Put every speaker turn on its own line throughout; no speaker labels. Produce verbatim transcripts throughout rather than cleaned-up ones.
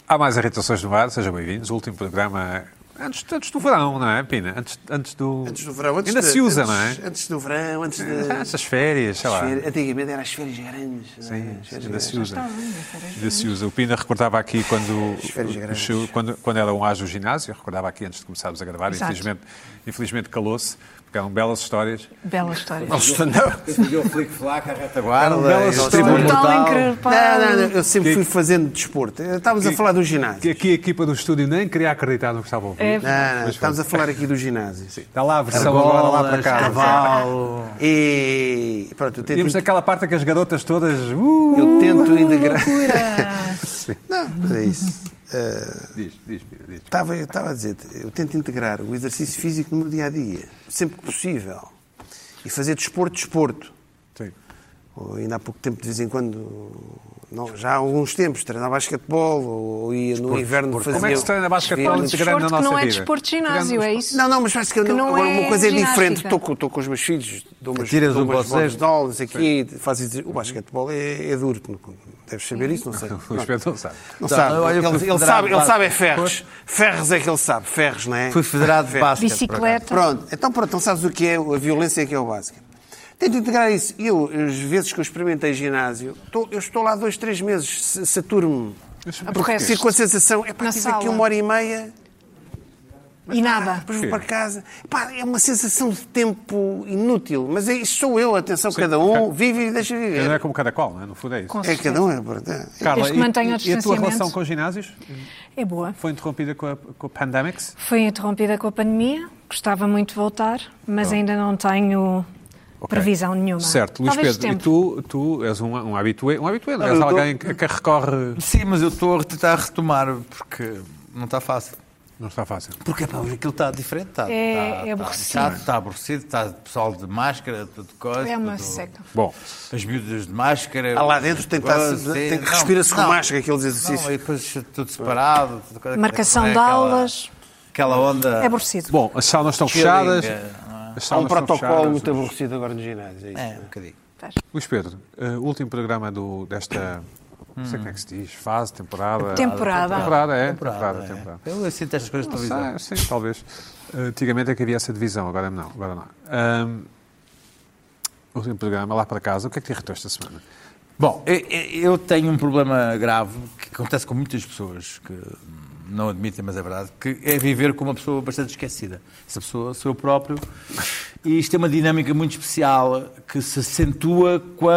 Há mais irritações no ar, sejam bem-vindos. O último programa antes, antes do verão, não é, Pina? Antes, antes do.
Antes do verão, antes
Ainda
de,
se usa,
antes,
não é?
Antes do verão, antes de.
Essas férias, sei lá.
Férias, antigamente eram as férias grandes.
Sim,
as férias
ainda se
grandes.
usa. Ainda se usa. O Pina recordava aqui quando,
As férias grandes.
o, quando, quando era um ágio ginásio, recordava aqui antes de começarmos a gravar,
Exato.
infelizmente, infelizmente calou-se, porque eram belas histórias.
Bela história.
Não,
Fazia o flick-flack à retaguarda.
Eram belas
e-
histórias.
Tribunal
Brutal,
Mortal.
increpado.
não, não, eu sempre fui fazendo desporto. Estávamos a falar do ginásio.
Que aqui a equipa do estúdio nem queria acreditar no que estava a ouvir.
É.
Não, não, estávamos a falar aqui do ginásio.
Está lá a versão agora, lá para cá.
Cavalo.
E pronto, eu tento,
Temos aquela parte que as garotas todas... Uh,
eu tento integrar.
Loucura.
Não, mas é isso. Uh,
Diz, diz, Pina, diz.
Estava, eu estava a dizer, eu tento integrar o exercício físico no meu dia a dia, sempre que possível. E fazer desporto, desporto.
Sim.
Ou ainda há pouco tempo, de vez em quando, não, já há alguns tempos, treinava basquetebol, ou ia no inverno fazer.
Como é que se treina basquetebol
Desporto
integrando na
Desporto que
nossa
não é
vida?
desporto de ginásio, é isso?
Não, não, mas parece que, eu
Que
não,
não
agora
é
uma coisa é
ginástica.
diferente. Estou com, estou com os meus filhos, dou umas,
Atiras
dou
um para
umas
o
voltas
cesto.
de aulas aqui, fazem dizer, o basquetebol é, é duro. Deves saber isso, não sei.
O Espeto não sabe.
Não
Tá,
sabe.
olha, eu
Ele,
fui
ele
federado
sabe,
de
ele sabe é
basquete.
ferros. Ferros é que ele sabe. Ferros, não é?
Fui federado de
Ferros.
basquete.
Bicicleta.
Pronto, então pronto, então sabes o que é a violência que é o basquete. Tento integrar isso. Eu, as vezes que eu experimentei ginásio, estou, eu estou lá dois, três meses, sa- saturo-me.
Aborreces.
Fico com a sensação, é para
Na
tive aqui
sala.
uma hora e meia,
E nada.
depois vou para casa. Pá, é uma sensação de tempo inútil. Mas é, isso sou eu, atenção, cada um vive e deixa
Não é
viver.
como cada qual, não é? No fundo é isso.
Com
É
certeza.
cada um, é verdade.
Carla,
Desde que mantenha o
e, e a tua
distanciamento.
relação com os ginásios
É boa.
foi interrompida com a, com a Pandemics?
Foi interrompida com a pandemia. Gostava muito de voltar, mas ainda não tenho previsão nenhuma.
Certo, Luís
Talvez
Pedro, e
tempo.
tu, tu és um, um habitué, um habitué, não és
Eu tô-
alguém que, que recorre...
Sim, mas eu estou a tentar retomar, porque não está fácil.
Não está fácil.
Porque pá, hoje aquilo está diferente. Está,
É-
está,
é aborrecido.
Está, está, está aborrecido, está pessoal de máscara, tudo coisa.
É uma
tudo-
seca.
Bom,
As miúdas de máscara.
Ah, lá dentro tem que estar-
coisa,
tem que
não,
respira-se com
não,
máscara, aqueles exercícios.
Não, e depois tudo separado. Tudo, coisa,
Marcação
é
de
aquela-
aulas.
Aquela onda.
É aborrecido.
bom, as salas estão
Cheering,
fechadas.
é,
As
Há
salas
um
estão
protocolo
fechadas.
muito aborrecido agora no ginásio. É isso.
É, um bocadinho.
Luís Pedro, eh, o último programa do, desta... Não sei como é que se diz. Fase, temporada...
Temporada.
Temporada, é.
Temporada,
Temporada,
é.
temporada.
Eu sinto estas coisas de televisão.
Sim, sim, talvez. Uh, Antigamente é que havia essa divisão, agora não. Agora não. Um, o último programa, lá para casa, o que é que te irritou esta semana?
Bom, eu, eu tenho um problema grave que acontece com muitas pessoas que não admitem, mas é verdade, que é viver com uma pessoa bastante esquecida. Essa pessoa sou eu próprio. E isto é uma dinâmica muito especial que se acentua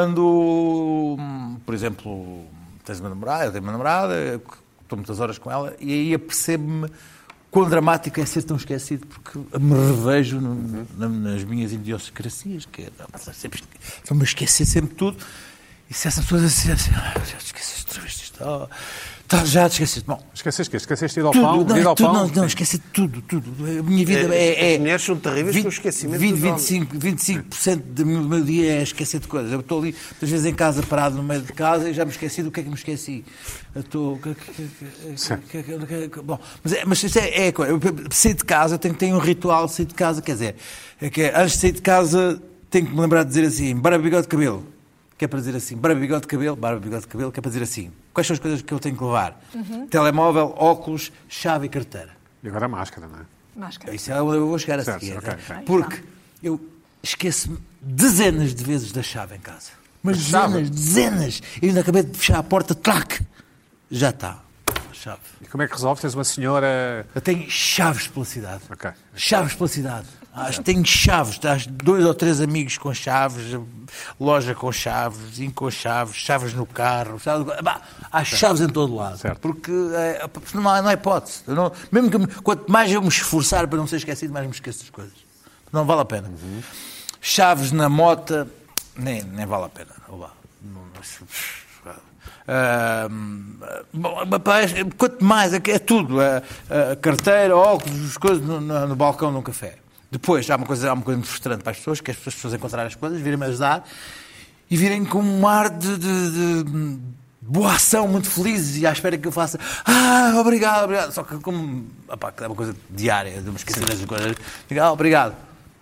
quando, por exemplo, tens uma namorada, eu tenho uma namorada, estou muitas horas com ela, e aí apercebo-me quão dramático é ser tão esquecido, porque me revejo no, na- nas minhas idiosincrasias, que é sempre, estou-me a esquecer sempre tudo. E se essa pessoa diz assim, ah, já te esqueceste outra vez disto, oh, tá, já te esqueceste. Bom,
Esqueceste que Esqueceste de ir ao
tudo,
pão?
não,
De ir
é
ao
tudo,
pão?
não, não,
Sim.
esqueci de tudo, tudo. A minha vida
É,
é... é
as mulheres são terríveis
vinte,
com o esquecimento
vinte,
dos
vinte e
homens.
cinco, vinte e cinco por cento do meu, do meu dia é esquecer de coisas. Eu estou ali, muitas vezes em casa, parado no meio de casa, e já me esqueci do que é que me esqueci. Eu estou... que- que- que- que- que- que- que- Bom, mas, é, mas isso é... é coisa. Eu sair de casa, eu tenho que ter um ritual de sair de casa, quer dizer, é que antes de sair de casa, tenho que me lembrar de dizer assim, barba, bigode, cabelo. Que é para dizer assim, barba, bigode, cabelo, barba, bigode, cabelo, que é para dizer assim. Quais são as coisas que eu tenho que levar? Telemóvel, óculos, chave e carteira.
E agora a máscara, não é?
Máscara.
Isso é onde eu vou chegar a
Certo,
seguir.
ok, ok.
Porque eu esqueço-me dezenas de vezes da chave em casa. Mas
chave?
dezenas, dezenas. Eu ainda acabei de fechar a porta, clac! Já está. A chave.
E como é que resolves? Tens uma senhora...
Eu tenho chaves pela cidade.
Ok.
Chaves pela cidade. Acho que tenho chaves. Tens dois ou três amigos com chaves, loja com chaves, in com chaves, chaves no carro. Chaves... Bah, há chaves em todo lado.
Certo.
Porque é, não, há, não há hipótese. Eu não, mesmo que, me- quanto mais eu me esforçar para não ser esquecido, mais me esqueço das coisas. Não vale a pena.
Uhum.
Chaves na mota, nem, nem vale a pena. Não vale. Não- não- Ah, bom, rapaz, quanto mais, é, que é tudo. É, é, carteira, óculos, as coisas no, no, no balcão de um café. Depois, há uma coisa, há uma coisa muito frustrante para as pessoas, que é as pessoas encontrarem as coisas, virem-me ajudar e virem com um ar de, de, de boa ação, muito felizes e à espera que eu faça ah, obrigado, obrigado. Só que como opá, é uma coisa diária, de me esquecer das coisas, digo, ah, obrigado.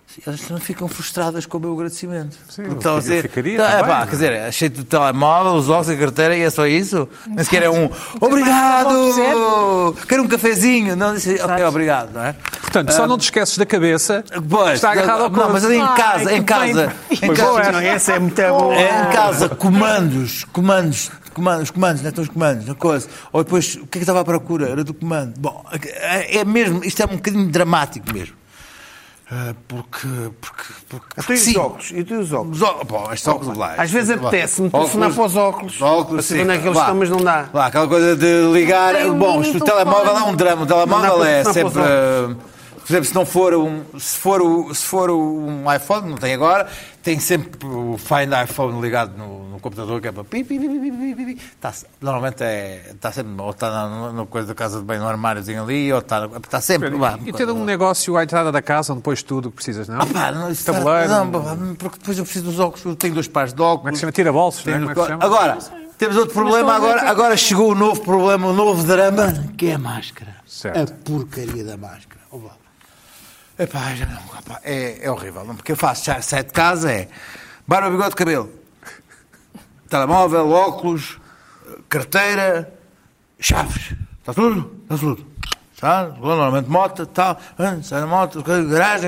elas não ficam frustradas com o meu agradecimento.
Sim,
Porque
eu
estão a
ficaria-
dizer,
ficaria
tá,
também,
pá,
não é?
quer dizer, achei de telemóvel, os óculos, a carteira e é só isso? Nem sequer é um obrigado, quero um cafezinho. Não, disse, ok, obrigado, não é?
Portanto, só não te esqueces da cabeça.
Pois,
Está agarrado ao
não,
corpo.
mas ali em
Ai,
casa,
que
em casa, em
Pois
casa,
boa essa.
Não, essa é muito boa.
é, em casa, comandos, comandos, comandos, comandos, não é? Estão os comandos, na coisa. Ou depois, o que é que estava à procura? Era do comando. Bom, é é mesmo, isto é um bocadinho dramático mesmo. Ah, porque, porque, porque,
Tu
porque
e os
sim.
óculos? E tu e os óculos?
Os óculos, bom, estes óculos lá.
Às vezes
Lá.
apetece-me telefonar para os óculos. Para saber onde é que eles
Lá.
estão, mas não dá.
Lá, aquela coisa de ligar.
Tem um
Bom,
mini
isto o telemóvel
telefone.
é um drama. O
Não
telemóvel
dá
é
para
sempre.
telefonar
ah, Por exemplo, se não for um, se for o, se for um iPhone, não tem agora, tem sempre o Find iPhone ligado no, no computador, que é para pi, pi, pi, pi, pi, pi, pi. Está, normalmente é, está sempre, ou está na, na coisa da casa de banho, no armáriozinho ali, ou está, está sempre lá.
E ter um negócio à entrada da casa onde pões tudo o que precisas, não?
Ah, pá, não, isso
Tabuleiro.
Não, pá, porque depois eu preciso dos óculos, eu tenho dois pares de óculos.
Como é que se chama? Tira-bolsos, não é?
tenho-
Como é que se chama?
Agora, temos outro problema,
estou a ver
agora, agora chegou o novo problema, o novo drama, que é a máscara.
Certo.
A porcaria da máscara. Oh, vá. Epá, já não, rapá, é, é horrível. Não, porque eu faço, já saio de casa, é barba, bigode, cabelo, telemóvel, óculos, carteira, chaves. Está tudo? Está tudo. Está? Normalmente moto, tal, sai da moto, garagem,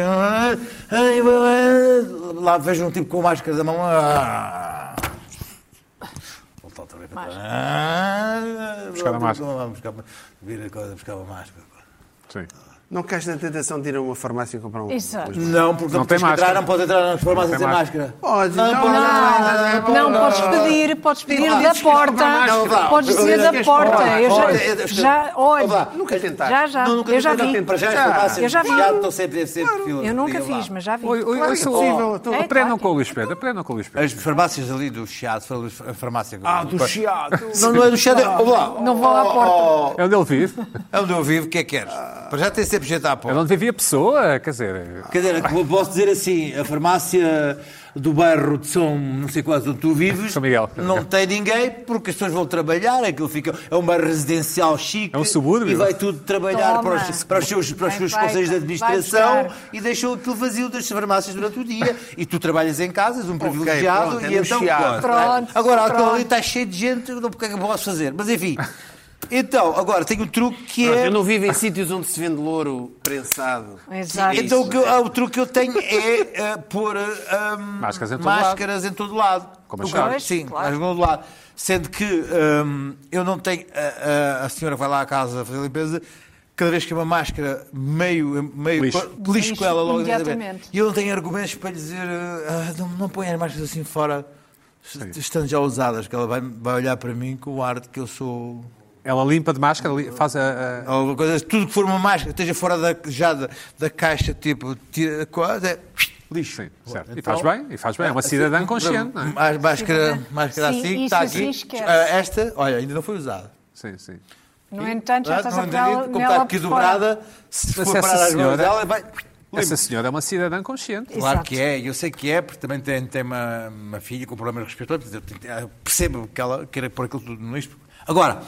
lá vejo um tipo com máscara da mão. Ah. Volta outra vez para trás. Ah,
Buscar a máscara.
Vamos buscar, vir a coisa, buscar a máscara.
Sim.
Não queres na tentação de ir a uma farmácia e comprar um.
Exato.
Não, porque
Não
não
tem
tens que entrar,
máscara.
não pode entrar nas farmácias
Não
sem
tem
máscara.
Pode,
Não,
não,
pode.
Não, não, podes pedir, podes pedir
Não,
da
diz que és
porta.
para
Não, vá.
Podes dizer
Eu
da
digo,
porta.
olha,
Eu
olha,
já,
eu-
já, olha,
Vá.
Nunca tentaste.
já, já,
Não, nunca
eu já
tentei,
vi.
não, para já as
Já.
farmácias
Eu já vi.
fiado, estão sempre, sempre fila-
Eu nunca
fila lá.
fiz, mas já vi.
Oi, oi,
Claro
oi,
que é possível. Então,
É,
aprendam
claro.
com o Luís Pedro, aprendam com o Luís Pedro.
As farmácias ali do Chiado, a farmácia...
Ah, do Chiado.
Não, não é do Chiado, é... Olá.
Não vou à porta.
É onde ele vive.
É onde eu vivo, o que é que queres? Para já tem sempre gente à
É
porta.
onde vivia a pessoa, quer dizer...
Quer dizer, eu posso dizer assim, a farmácia do bairro de São, não sei quase onde tu vives,
São Miguel.
não tem ninguém, porque as pessoas vão trabalhar, aquilo fica, é um bairro residencial chique,
É um subúrbio.
e vai tudo trabalhar
Toma.
para os, para os seus, para os
Vai,
seus
vai,
conselhos de
vai
administração
buscar.
e deixam aquilo vazio das farmácias durante o dia. E tu trabalhas em casa, és um privilegiado,
pronto, é
e
no
então...
Chiado.
Pronto,
Agora, aquilo
pronto.
ali está cheio de gente, não porque é que eu posso fazer? Mas enfim... Então, agora, tem um truque que é...
Eu não vivo em sítios onde se vende louro prensado.
Exato.
Então o, que eu- ah, o truque que eu tenho é ah, pôr ah,
Máscaras em todo
máscaras em todo lado.
Como
No
as
carro,
chaves.
Sim,
Claro.
em todo lado. Sendo que ah, eu não tenho... ah, ah, a senhora vai lá à casa fazer limpeza, cada vez que é uma máscara meio... meio
Lixo.
lixo com ela logo.
Imediatamente.
E eu não tenho argumentos para lhe dizer ah, não, não ponha as máscaras assim fora, estando já usadas, que ela vai, vai olhar para mim com o ar de que eu sou...
Ela limpa de máscara, li- faz a... a-
Alguma coisa, tudo que for uma máscara, esteja fora da, já da, da caixa, tipo, tira a coisa, é lixo.
Sim, certo. E
Então,
faz bem, e faz bem. É uma cidadã consciente, não é?
Má- Máscara, máscara
Sim,
assim, que
isso
está
assim
aqui.
esquece.
Ah, esta, olha, ainda não foi usada.
Sim, sim.
No entanto, já
Ah,
estás
não
a
entendi,
pôr
como
nela
está aqui
por fora.
dobrada, se
Mas
for
essa
parar as mãos
senhora-
dela, vai...
Essa senhora é uma cidadã consciente.
Exato.
Claro que é, eu sei que é, porque também tem, tem uma, uma filha com problemas respiratórios, eu tento- eu percebo que ela queira pôr aquilo tudo no lixo. Agora,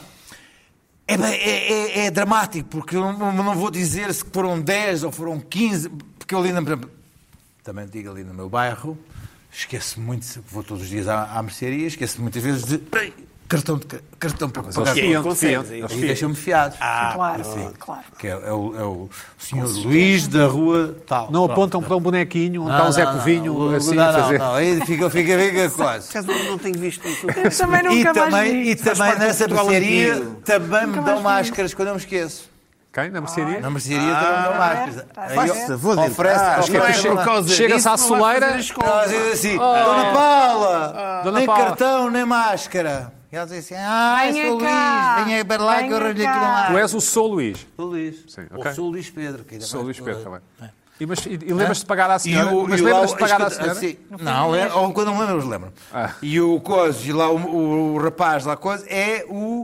é, bem- é, é- é dramático, porque eu não, não vou dizer se foram dez ou foram quinze, porque eu ali, na, por exemplo, também digo ali no meu bairro, esqueço muito, vou todos os dias à, à mercearia, esqueço muitas vezes de ai, cartão, de, ca- cartão para
Eles
pagar.
fiam,
consegues,
fiam.
eles
E deixam-me fiados.
Claro,
Sim.
claro.
Que é, é o, é o senhor Luís da rua tal.
Não
Pronto.
apontam para um bonequinho, onde está um Zé Covinho,
não,
assim,
não,
a
não,
fazer...
não, aí fica, fica, fica quase.
Por acaso não tenho visto isso.
Eu também
E
nunca mais
também,
vi.
e também
parte do
nessa
Portugal
mercearia
antigo.
também me
Nunca
dão
mais vi.
máscaras quando eu me esqueço.
Quem? Na mercearia?
Na mercearia também me dão máscaras.
tá
Aí
Faça,
eu-
vou dizer.
oferece,
Ah,
oferece
não é
chega-
por causa
chega-se
disso,
à
não vai
soleira-
fazer as
Não,
compras.
ela diz assim, Dona Paula,
Dona
nem
Paula.
cartão, nem máscara. E ela diz assim, ah,
Venha
sou
cá,
Luís, venha para lá que eu
venha
arranjei
cá.
aqui uma
Tu és o Sou Luís.
Sou Luís.
Sim,
Ou
ok.
sou Luís Pedro. que ainda
Sou
mais-
Luís Pedro também. E, mas, e, e lembras-te de pagar à
E
senhora?
o-
Mas
e o
lembras-te
lá-
de pagar à
escuta,
senhora?
assim, não, é, ou quando não lembro, eu lembro.
Ah.
E o coisa, e lá o, o, o rapaz lá coisa, é o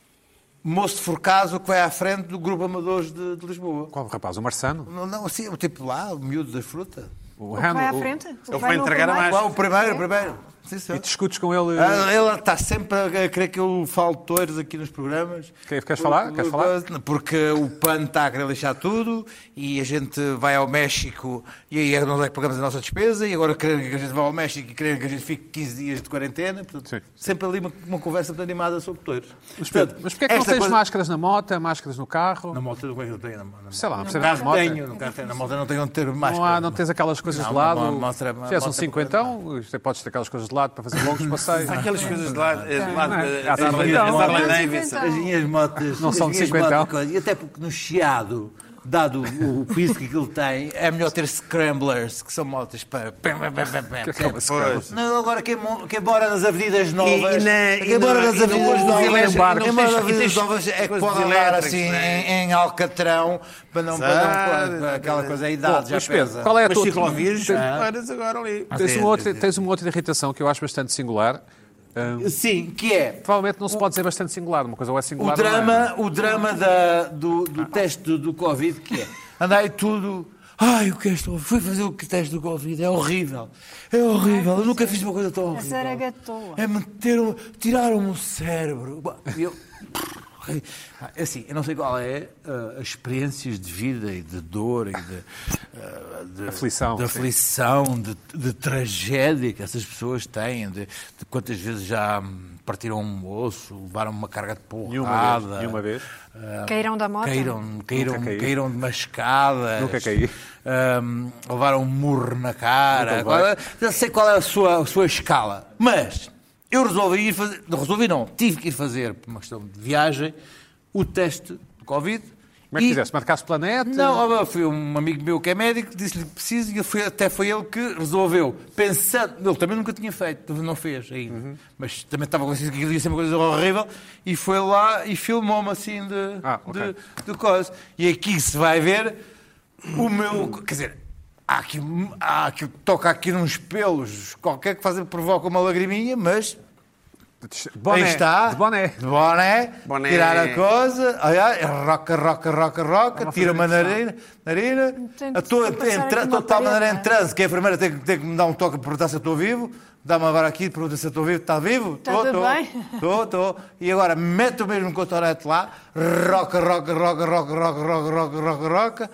moço de Forcaso que vai à frente do Grupo Amadores de, de Lisboa.
Qual rapaz? O Marçano?
Não, não, assim, o tipo lá, o miúdo da fruta.
O
O que vai à
o-
frente? O que
vai
no
entregar a
primeiro?
máscara.
Lá, o primeiro, o primeiro. Sim, senhor.
E discutes com ele...
Ah, Ele está sempre a querer que eu fale toires aqui nos programas.
Quer- queres falar? Queres falar?
Porque o P A N está a querer lixar tudo e a gente vai ao México e aí nós é que pagamos a nossa despesa e agora querem que a gente vá ao México e querem que a gente fique quinze dias de quarentena. Portanto,
Sim.
sempre ali uma, uma conversa muito animada sobre toires.
Mas, Pedro, mas porquê é que não
esta
tens
coisa-
máscaras na moto, máscaras no carro?
Na moto, como é que eu tenho? Na, na,
Sei lá, não
no
precisa de
carro
moto.
tenho, no carro tenho. Na moto não tenho onde ter máscara.
Não, há, não tens aquelas coisas
Não,
de lado.
uma- mostra-
Se és um
mostra-
cinquentão, isto é- podes ter aquelas coisas de lado para fazer longos passeios.
Aquelas coisas de lado, de lado,
Não é?
eh,
Há
as Harley-
cinquentão.
as Harley
Não,
Davidson.
cinquentão.
As minhas motas...
Não
as
são de
minhas
cinquentão.
motas, e até porque no Chiado, dado o piso que aquilo tem, é melhor ter scramblers, que são motas para...
Que é uma scramblers?
Não, agora quem, mo- quem mora nas avenidas novas...
E- e na- e
quem mora
no-
nas
e no-
avenidas
os
novas...
elétricos,
Quem mora
e
nas
tens- e
avenidas
tens
novas é que
coisas
pode andar
elétricas,
assim
não é?
em, em Alcatrão, para não... Para
Sabe,
não para aquela coisa, a idade já
Mas Pedro,
pesa.
qual é a
Mas
tua...
ciclovias,
Tens-
paras agora ali.
Tens
Sim,
uma, outra,
sim.
tens uma outra irritação que eu acho bastante singular. Hum,
Sim, que é...
provavelmente não se pode dizer bastante singular. Uma coisa ou é
O
singular ou não é.
drama, o drama da, do, do teste do, do Covid, que é andar aí tudo. Ai, o que é isto? Fui fazer o teste do Covid, é horrível. É horrível. Eu nunca fiz uma coisa tão
A
horrível.
zaragatoa.
É meter, tiraram-me o cérebro. E eu. Assim, eu não sei qual é uh, as experiências de vida e de dor e de, uh, de
Aflição,
de,
sim.
aflição de, de tragédia que essas pessoas têm, de, de quantas vezes já hum, partiram um osso, levaram uma carga de
Nenhuma
porrada.
vez. Nenhuma vez.
Caíram da moto?
Caíram, caíram,
Nunca caí.
caíram de uma escada.
Nunca caí.
Hum, levaram um murro na cara.
Nunca
Qual
vai.
é- não sei qual é a sua, a sua escala. Mas eu resolvi ir fazer. Não resolvi, não. Tive que ir fazer, por uma questão de viagem, o teste de Covid.
Como é que
E-
fizeste? Marcaste planeta?
Não, ó, foi um amigo meu que é médico, disse-lhe que precisa, e foi, até foi ele que resolveu. Pensando, ele também nunca tinha feito, não fez ainda,
Uhum.
mas também estava convencido que aquilo ia ser uma coisa horrível, e foi lá e filmou-me assim de,
Ah, ok.
de, de coisa. E aqui se vai ver o meu. Quer dizer, há aqui, há aqui toca aqui nos pelos, qualquer que faz, provoca uma lagriminha, mas.
Boné.
Aí está.
De boné.
De boné.
Boné.
Tirar a coisa. Olha, roca, roca, roca, roca.
Vamos
Tira
fazer
uma
isso,
narina. narina.
Tento
Estou
passar aqui uma
de tal maneira em
parede,
transe que a enfermeira tem, que- tem que me dar um toque para perguntar se eu estou vivo. Dá-me agora aqui, pergunta se eu estou vivo. Está vivo?
Está
Estou,
tudo
estou.
bem?
Estou, estou. E agora mete o mesmo cotonete lá. Roca, roca, roca, roca, roca, roca, roca, roca, roca.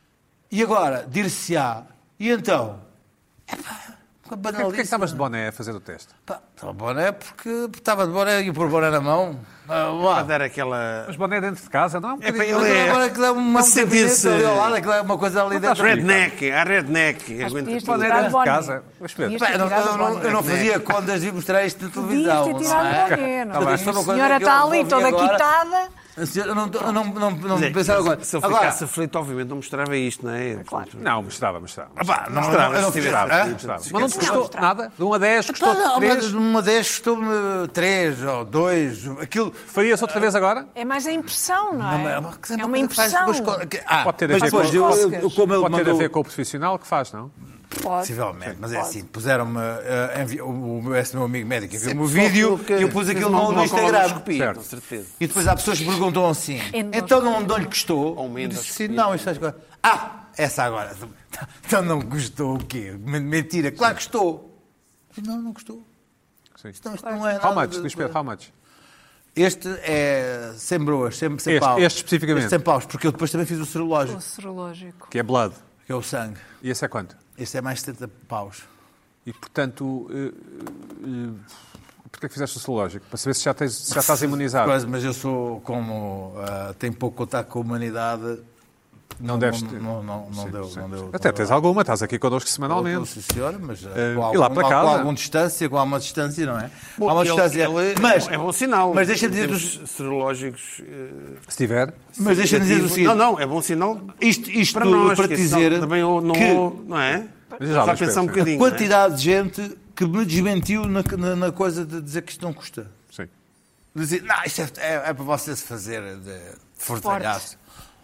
E agora, dir-se-á. E então? Epá, uma
Porquê, porquê que
banalice.
estavas de boné a fazer o teste?
Pá, estava de boné porque estava de boné e pôr boné na mão. Ah, lá.
Para dar aquela...
Mas boné dentro de casa, não é um
É para
bocadinho...
ele é-
Agora aquilo é uma
para sentir-se-
ali ao lado, aquilo é uma coisa ali dentro.
Redneck, há redneck.
Mas
aguenta
podias ter
tudo.
Boné
tirado
dentro de
boné.
casa. Mas Pedro,
Podias
Pá,
ter
eu não,
tirado
eu não-
boné.
eu não fazia contas de mostrar isto na
Podias
televisão.
ter
não
tirado
é?
o boné, não
Tá bem.
é?
Isto foi uma
A
coisa
senhora
que eu
está ali
resolvi
toda
agora.
quitada.
Assim, Eu não, eu não, não, não
Quer dizer,
pensava agora.
Se ele
Agora,
ficasse aflito, obviamente não mostrava isto, não é? Claro.
não, mostrava, mostrava.
pá, não,
Mostrava,
não, eu não
se
fiz
tivesse-
nada.
Mostrava. Mas não te custou nada? De um a dez,
Custou
custou três?
uma dez, custou-me três ou dois. Aquilo.
Farias outra vez agora?
É mais a impressão, não
Não,
é?
é uma coisa-
É
uma
uma
coisa que faz
impressão.
depois co- que- Ah,
Pode ter a
mas
ver
depois,
com-
eu,
Cócegas.
eu- como ele
Pode ter a
mandou.
ver com o profissional que faz, não?
Pode.
Possivelmente, mas é assim, puseram-me, eh, envi- o, o, esse meu amigo médico enviou-me o
Só
vídeo
que
e eu pus
fez
aquilo
uma-
no, no
uma
Instagram.
colonoscopia,
Certo.
Com certeza.
E depois há pessoas que perguntam assim,
Endoscopia.
então não, não lhe custou?
Ou uma
Eu disse assim,
endoscopia.
não, isto faz coisa. Ah, essa agora. Então não custou o quê? Mentira, claro que custou. Eu disse, não, não custou.
Sim.
Então isto não é
How
nada
much,
de-
Luís Pedro, how much?
Este é cem broas, cem, cem
Este-
paus.
este especificamente?
Este cem paus, porque eu depois também fiz o serológico,
O serológico.
Que é blood.
que é o sangue.
E esse é quanto?
Este é mais setenta paus.
E, portanto, eh, eh, porquê é que fizeste o serológico? Para saber se já, tens, se já estás imunizado.
Coisa, mas eu sou, como ah, tenho pouco contato com a humanidade,
Não deves
não,
ter.
não, não, não
Sim,
deu,
sim.
não deu.
Até tens alguma, estás aqui connosco
Não,
semanalmente.
sim, senhora, mas ah,
Eh,
com,
e
algum,
lá para
com
casa?
alguma distância, com alguma distância, não é?
Bom,
há uma
ele-
distância.
ele-
mas,
é bom sinal.
Mas deixa-me dizer
Temos
dos-
serológicos. eh,
Se tiver,
mas deixa-me dizer o
negativos.
seguinte.
Não, não, é bom sinal
Isto, isto
para nós.
para
que
dizer
senão também eu não,
que
não é?
Mas já,
Só
Luís
pensar um
Pedro,
bocadinho.
a quantidade de gente que me desmentiu na, na, na coisa de dizer que isto não custa.
sim.
Dizer, não, isto é, é, é para você se fazer de fortalhaço.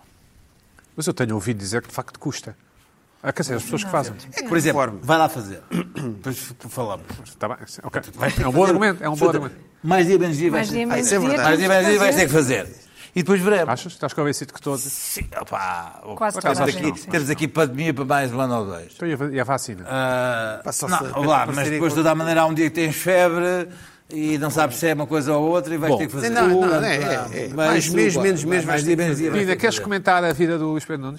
Mas eu tenho ouvido dizer que de facto custa. Ah, quer dizer, as pessoas que fazem.
Por exemplo, vai lá fazer. Depois falamos.
Está bem, sim, ok. É um bom argumento, é um bom argumento.
Mais dia, menos dia, vais
Mais
ter
dia,
que
menos
fazer.
dia,
Mais dia, menos dia, vais ter
fazer.
que fazer. E depois veremos.
Achas? Estás convencido que todos?
Sim, opá,
Quase
temos,
toda a
aqui,
gente, sim.
temos aqui pandemia para mais um ano ou dois.
Então, e a- e a vacina?
Ah,
Passa-se
não,
a-
vá lá,
a
mas
parecer
depois, de
igual.
toda a maneira, há um dia que tens febre e não sabes se é uma coisa ou outra e vais
Bom.
ter que fazer.
Não, não,
tudo,
é, é,
pá,
é.
vai
Mais
isso,
mês,
pá,
menos mês,
mais
vais
dia,
ter que
menos dia, vais
Pina,
ter que
queres
fazer.
comentar a vida do Luís Pedro Nunes?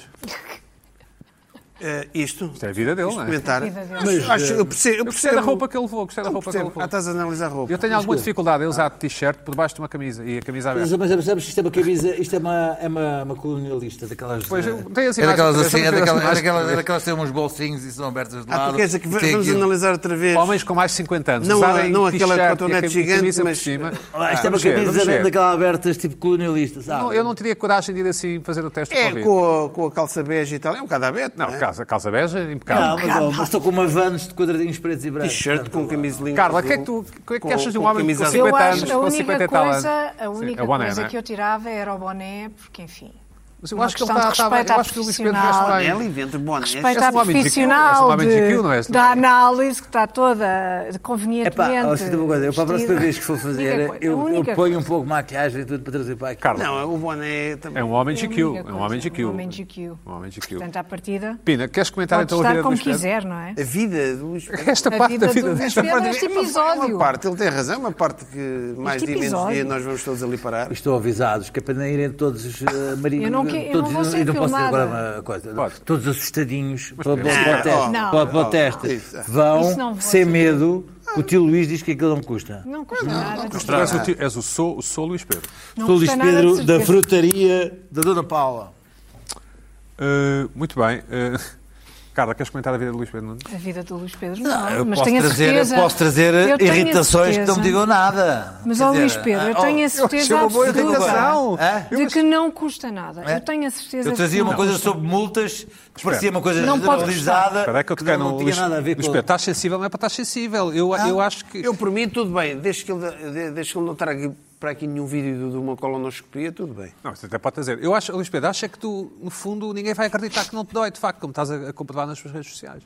Eh, isto?
Isto é a vida dele, não é?
Comentar.
A vida dele.
Mas, acho, eu percebo. Eu
Eu gostei da
percebo.
roupa que ele levou, gostei da
Eu
roupa que ele
percebo. Ah,
levou.
estás a analisar a roupa.
Eu tenho alguma dificuldade em usar t-shirt por debaixo de uma camisa e a camisa
Mas,
aberta.
mas sabes que isto é uma camisa, isto é uma, é uma, uma colonialista daquelas.
Pois,
eh,
eu- tem as
É
imagens.
daquelas
deixa-me
assim, é
ver as
daquelas, é
imagens.
daquelas, é daquelas que têm uns bolsinhos e são abertas de
Ah,
lado.
tu queres dizer que
e tem
vamos
aquilo.
analisar outra vez?
Homens com mais de cinquenta anos.
Não,
usarem
não aquela
t-shirt
cotonete
e a cam-
gigante,
camisa
mas-
por cima.
Ah, isto é uma
Vamos ver,
camisa
vamos ver.
daquela abertas tipo colonialista, sabe?
Não, eu não teria coragem de ir assim fazer o teste de
É,
Covid.
com a, com a calça bege e tal. É um bocado aberto.
Não,
é?
calça, calça beija,
Não,
impecável.
mas, ó, mas estou com umas vans de quadradinhos pretos e brancos.
T-shirt com camisolinha.
Carla, o
azul,
que é que tu o que é que
com-
achas de um
com
homem com
camisa azul.
Eu
cinquenta
acho
anos,
a
com
única
cinquenta e tal
coisa,
anos?
a
Sim,
única
é o boné,
coisa
não é?
que eu tirava era o boné, porque enfim.
Mas eu
uma
acho que ele
questão de
está, está,
respeito
eu
à
acho que o Luís Pedro
profissional.
veste bem.
É ali dentro, bom.
Respeito
És
à
um homem de G Q, és um
profissional
homem de G Q, não és?
de, da análise que está toda
É
convenientemente.
pá, ó, escuta uma coisa, eu para a próxima
vestida.
vez que for
Única
fazer,
coisa, a
eu, eu
única
ponho um
coisa.
pouco de maquiagem e tudo para trazer para aqui.
Carla,
Não, o boné também.
é um homem
É
de
a
G Q.
única
É um
coisa,
homem de G Q.
Um homem de G Q.
Um homem de G Q.
Portanto, à partida,
Pina, queres comentar
pode
então a
estar
vida do
como
Luís Pedro?
quiser, não é?
A vida do Luís Pedro.
Esta
A
parte
vida
da
do
vida
Luís
desta
Pedro.
parte.
Este
É uma-
episódio.
É uma parte, ele tem razão, é uma parte que mais
Este
dia menos
episódio.
dia nós vamos todos ali parar.
Estou avisados que é para não irem todos uh, marinhos.
Eu não que- eu
todos,
não vou ser
e não posso dizer
filmada.
agora uma coisa.
Pode.
Todos assustadinhos para, para,
Pedro,
para o teste.
não.
Para, para o
Não.
teste.
Isso.
Vão
Isso não vou
sem
ser.
medo. O tio Luís diz que aquilo não custa.
Não custa nada.
Tu és o, tio- és o sou, o sou Luís Pedro.
Não
Sou Luís
custa nada, de
Pedro da
certeza.
frutaria da Dona Paula.
Uh, muito bem. Uh, Carla, queres comentar a vida de Luís Pedro Nunes?
A vida do Luís Pedro,
Não,
não,
eu
mas
posso
tenho a
trazer,
certeza.
posso trazer
eu tenho a
irritações que não me
certeza.
digam nada.
Mas,
Quer
ó
dizer,
Luís Pedro, eu
ah,
tenho a
oh,
certeza
achei uma boa
absoluta
irritação.
Hã?
de que não custa nada.
É?
Eu tenho a certeza
Eu trazia
que
uma
não
coisa
custa.
sobre multas, que parecia uma coisa
Não pode
generalizada.
Espera aí que eu toquei
não,
no
não tinha
Luís,
nada a ver
Luís
com-
Pedro. Estás sensível, não é para estar sensível. Eu, eu acho que...
Eu, por mim, tudo bem. Desde que ele, de- desde que ele não traga para aqui nenhum vídeo de uma colonoscopia, tudo bem.
Não, isso até pode dizer. Eu acho, Luís Pedro, acho é que tu, no fundo, ninguém vai acreditar que não te dói, de facto, como estás a, a comprovar nas tuas redes sociais.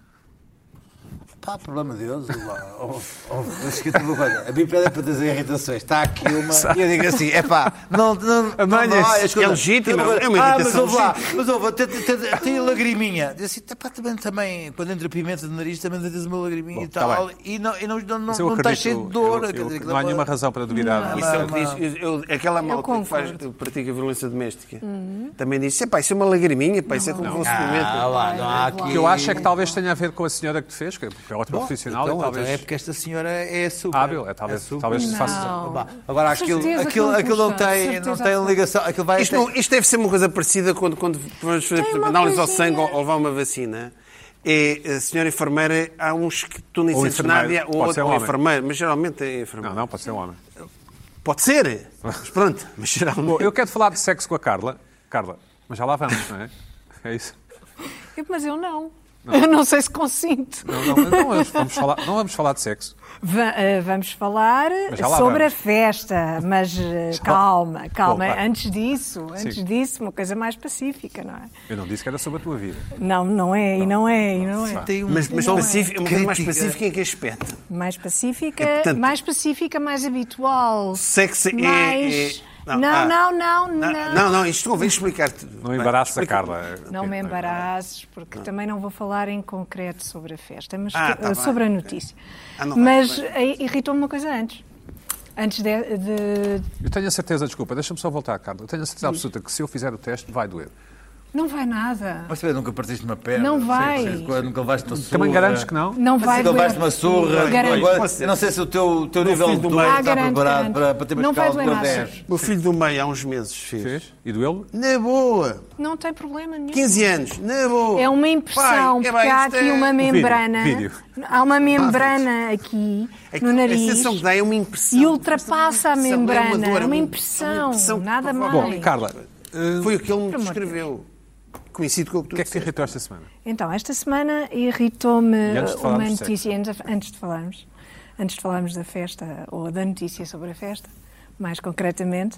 Pá, problema deles. Oh, oh, esqueci uma coisa. A mim pede para trazer irritações. Está aqui uma.
E eu digo assim, é pá, não, não,
Amanha-se.
não, olha, escuta,
É legítimo,
tem uma coisa-
é uma
Ah, mas
irritação
ouve lá, mas ouve, tem, tem, tem, tem lagriminha. Diz assim, pá, também, também, quando entra pimenta no nariz, também tens uma lagriminha
Bom,
e
tá
tal,
bem.
e não, e não, não,
Mas eu
não estás
acredito,
cheio de dor.
eu-
quer
eu-
dizer, aquilo
não há
é
nenhuma
uma-
razão para duvidar.
Isso é o que diz, eu- aquela malta que, faz,
concordo.
que pratica violência doméstica também diz: "É pá, isso é uma lagriminha, pá, isso é como fosse um momento."
Ah, lá, não há aqui.
O que eu acho é que talvez tenha a ver com a senhora que te fez, que é ótima profissional
Então,
e talvez
então é porque esta senhora é super.
hábil. É, talvez
super.
talvez
Não.
faça...
Bah, Agora, aquilo,
Certeza que
aquilo,
não
aquilo não
custa,
tem,
certeza
não tem
absoluta.
ligação. Aquilo vai
Isto, não- isto deve ser uma coisa parecida quando, quando vamos fazer
Tem
por exemplo,
uma
análise ao
coisinha.
sangue ou, ou levar uma vacina. É, a senhora enfermeira, há uns que tu nem
Ou
sentes nada,
enfermeiro.
ou,
Pode ser um
ou
homem.
enfermeiro, mas geralmente é enfermeiro.
Não, não, pode ser um homem.
Pode ser, mas pronto, mas geralmente.
Bom, eu quero falar de sexo com a Carla. Carla, mas já lá vamos, não é? É isso.
Eu- Mas eu não. Eu não sei se consinto.
Não, não, não, vamos, vamos falar, não vamos falar de sexo.
Va- eh, vamos falar
Mas já lá
sobre
vamos.
a festa, mas eh, calma, calma.
Bom, vai.
Antes disso, antes
Sim.
disso, uma coisa mais pacífica, não é?
Eu não disse que era sobre a tua vida.
Não, não é, e não é, e não é.
Tem um-
Mas, mas
Não é.
pacífica, uma coisa mais
Crítica.
pacífica em que aspecto?
Mais pacífica,
É, portanto,
mais pacífica, mais habitual.
Sexo é-
mais...
é-
Não,
não, ah.
não, não,
Não,
não.
não, não, isto convém explicar-te.
Não embaraças a Carla.
Não me embaraçes, porque também não vou falar em concreto sobre a festa, mas
Ah,
que-
tá bem,
sobre a
ok.
notícia.
Ah, não,
mas
tá
eh, irritou-me uma coisa antes. Antes de, de-
Eu tenho a certeza, desculpa, deixa-me só voltar, Carla. Eu tenho a certeza absoluta que se eu fizer o teste, vai doer.
Não vai nada.
Mas também nunca partiste uma perna.
Não
sei,
vai.
sei, quando Nunca levaste uma surra.
Também garantes que não?
Não vai
Nunca
doer.
levaste uma surra.
Garanto.
Agora, eu não sei se o teu, o teu nível
filho
de
do
dor
meio.
Ah,
está
garanto,
preparado
garanto.
para, para ter uma
Não vai
escala de
doer nada.
dez.
O meu filho do meio, há uns meses, fez.
Fez? E doeu-lhe?
Na boa.
Não tem problema nenhum.
quinze anos, na boa.
É uma impressão,
Pai, é
porque
bem,
há
isto
aqui
é-
uma membrana.
vídeo.
Há uma membrana aqui
É que
no
A
nariz
sensação que dá é uma impressão.
e ultrapassa a
Uma impressão,
membrana.
é uma dor,
É
é
uma
uma
impressão,
impressão que
nada
provoca-
mais.
Bom, Carla, uh,
Foi o que ele me
Por amor de
descreveu. Coincide com o que tu
o que é que te
disseste.
irritou esta semana?
Então, esta semana irritou-me
E antes de
uma
falarmos de
notícia, antes, antes de falarmos, antes de falarmos da festa, ou da notícia sobre a festa, mais concretamente,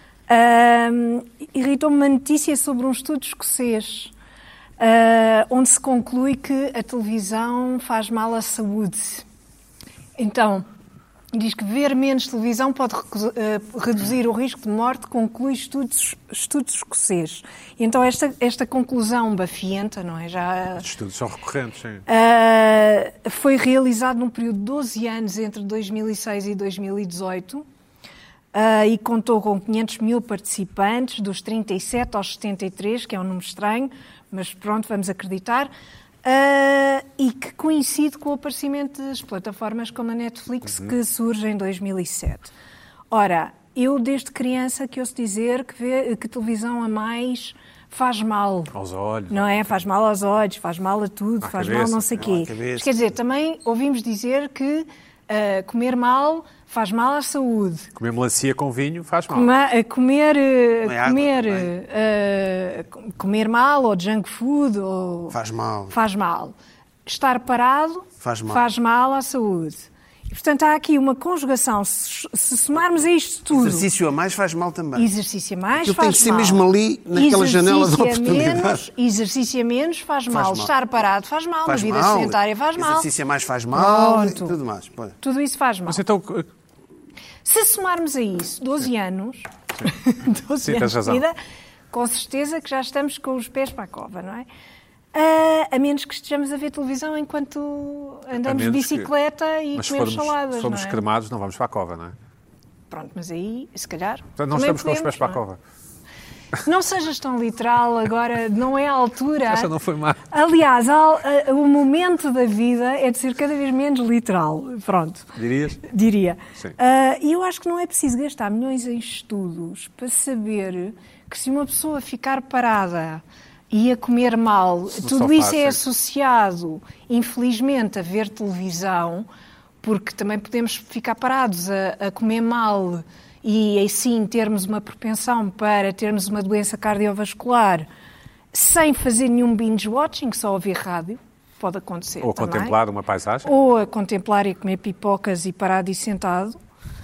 ahm, irritou-me uma notícia sobre um estudo escocês, ah, onde se conclui que a televisão faz mal à saúde. Então, diz que ver menos televisão pode recu- uh, reduzir o risco de morte, conclui estudos, estudos escoceses. E então esta, esta conclusão bafienta, não é? Já,
Os estudos são recorrentes, sim.
uh, foi realizado num período de doze anos, entre dois mil e seis e dois mil e dezoito, uh, e contou com quinhentos mil participantes, dos trinta e sete aos setenta e três, que é um número estranho, mas pronto, vamos acreditar. Uh, e que coincide com o aparecimento das plataformas como a Netflix, uhum. que surge em dois mil e sete. Ora, eu desde criança que ouço dizer que, vê, que televisão a mais faz mal.
Aos olhos.
Não é? Faz mal aos olhos, faz mal a tudo,
à
faz
cabeça,
mal não sei o quê. Mas quer dizer, também ouvimos dizer que uh, comer mal faz mal à saúde.
Comer melancia com vinho faz mal.
Coma, a comer, a
Não é
comer,
água
uh, comer mal, ou junk food, ou
Faz mal.
faz mal. Estar parado
Faz mal.
faz mal à saúde. E, portanto, há aqui uma conjugação. Se, se somarmos a isto tudo...
Exercício a mais faz mal também.
Exercício a mais
Aquilo
faz
tem que ser
mal.
mesmo ali, naquela janela de
Exercício a
oportunidade.
menos, exercício a menos faz, mal.
mal.
Estar parado faz mal.
Faz
Uma vida
mal.
sedentária faz mal.
Exercício a mais faz mal.
Pronto.
E tudo mais. Pô.
Tudo isso faz mal.
Mas então,
Se somarmos a isso doze anos, doze
Sim, tens
anos de
razão.
vida, com certeza que já estamos com os pés para a cova, não é? Uh, a menos que estejamos a ver televisão enquanto andamos de
menos que-
bicicleta e
mas se
comemos
formos,
saladas,
se formos
não é?
cremados, não vamos para a cova, não é?
Pronto, mas aí, se calhar...
Portanto, não
também
estamos com os pés
podemos,
para a
não é?
cova.
Não sejas tão literal agora, não é a altura.
Essa não foi má.
Aliás, a- a- o momento da vida é de ser cada vez menos literal. Pronto.
Dirias?
Diria.
Sim.
Ah, E eu acho que não é preciso gastar milhões em estudos para saber que se uma pessoa ficar parada e a comer mal, tudo
sofá,
isso é
sim.
associado, infelizmente, a ver televisão, porque também podemos ficar parados a, a comer mal e assim termos uma propensão para termos uma doença cardiovascular sem fazer nenhum binge-watching, só ouvir rádio, pode acontecer
Ou
também.
contemplar uma paisagem.
Ou a contemplar e comer pipocas e parado e sentado.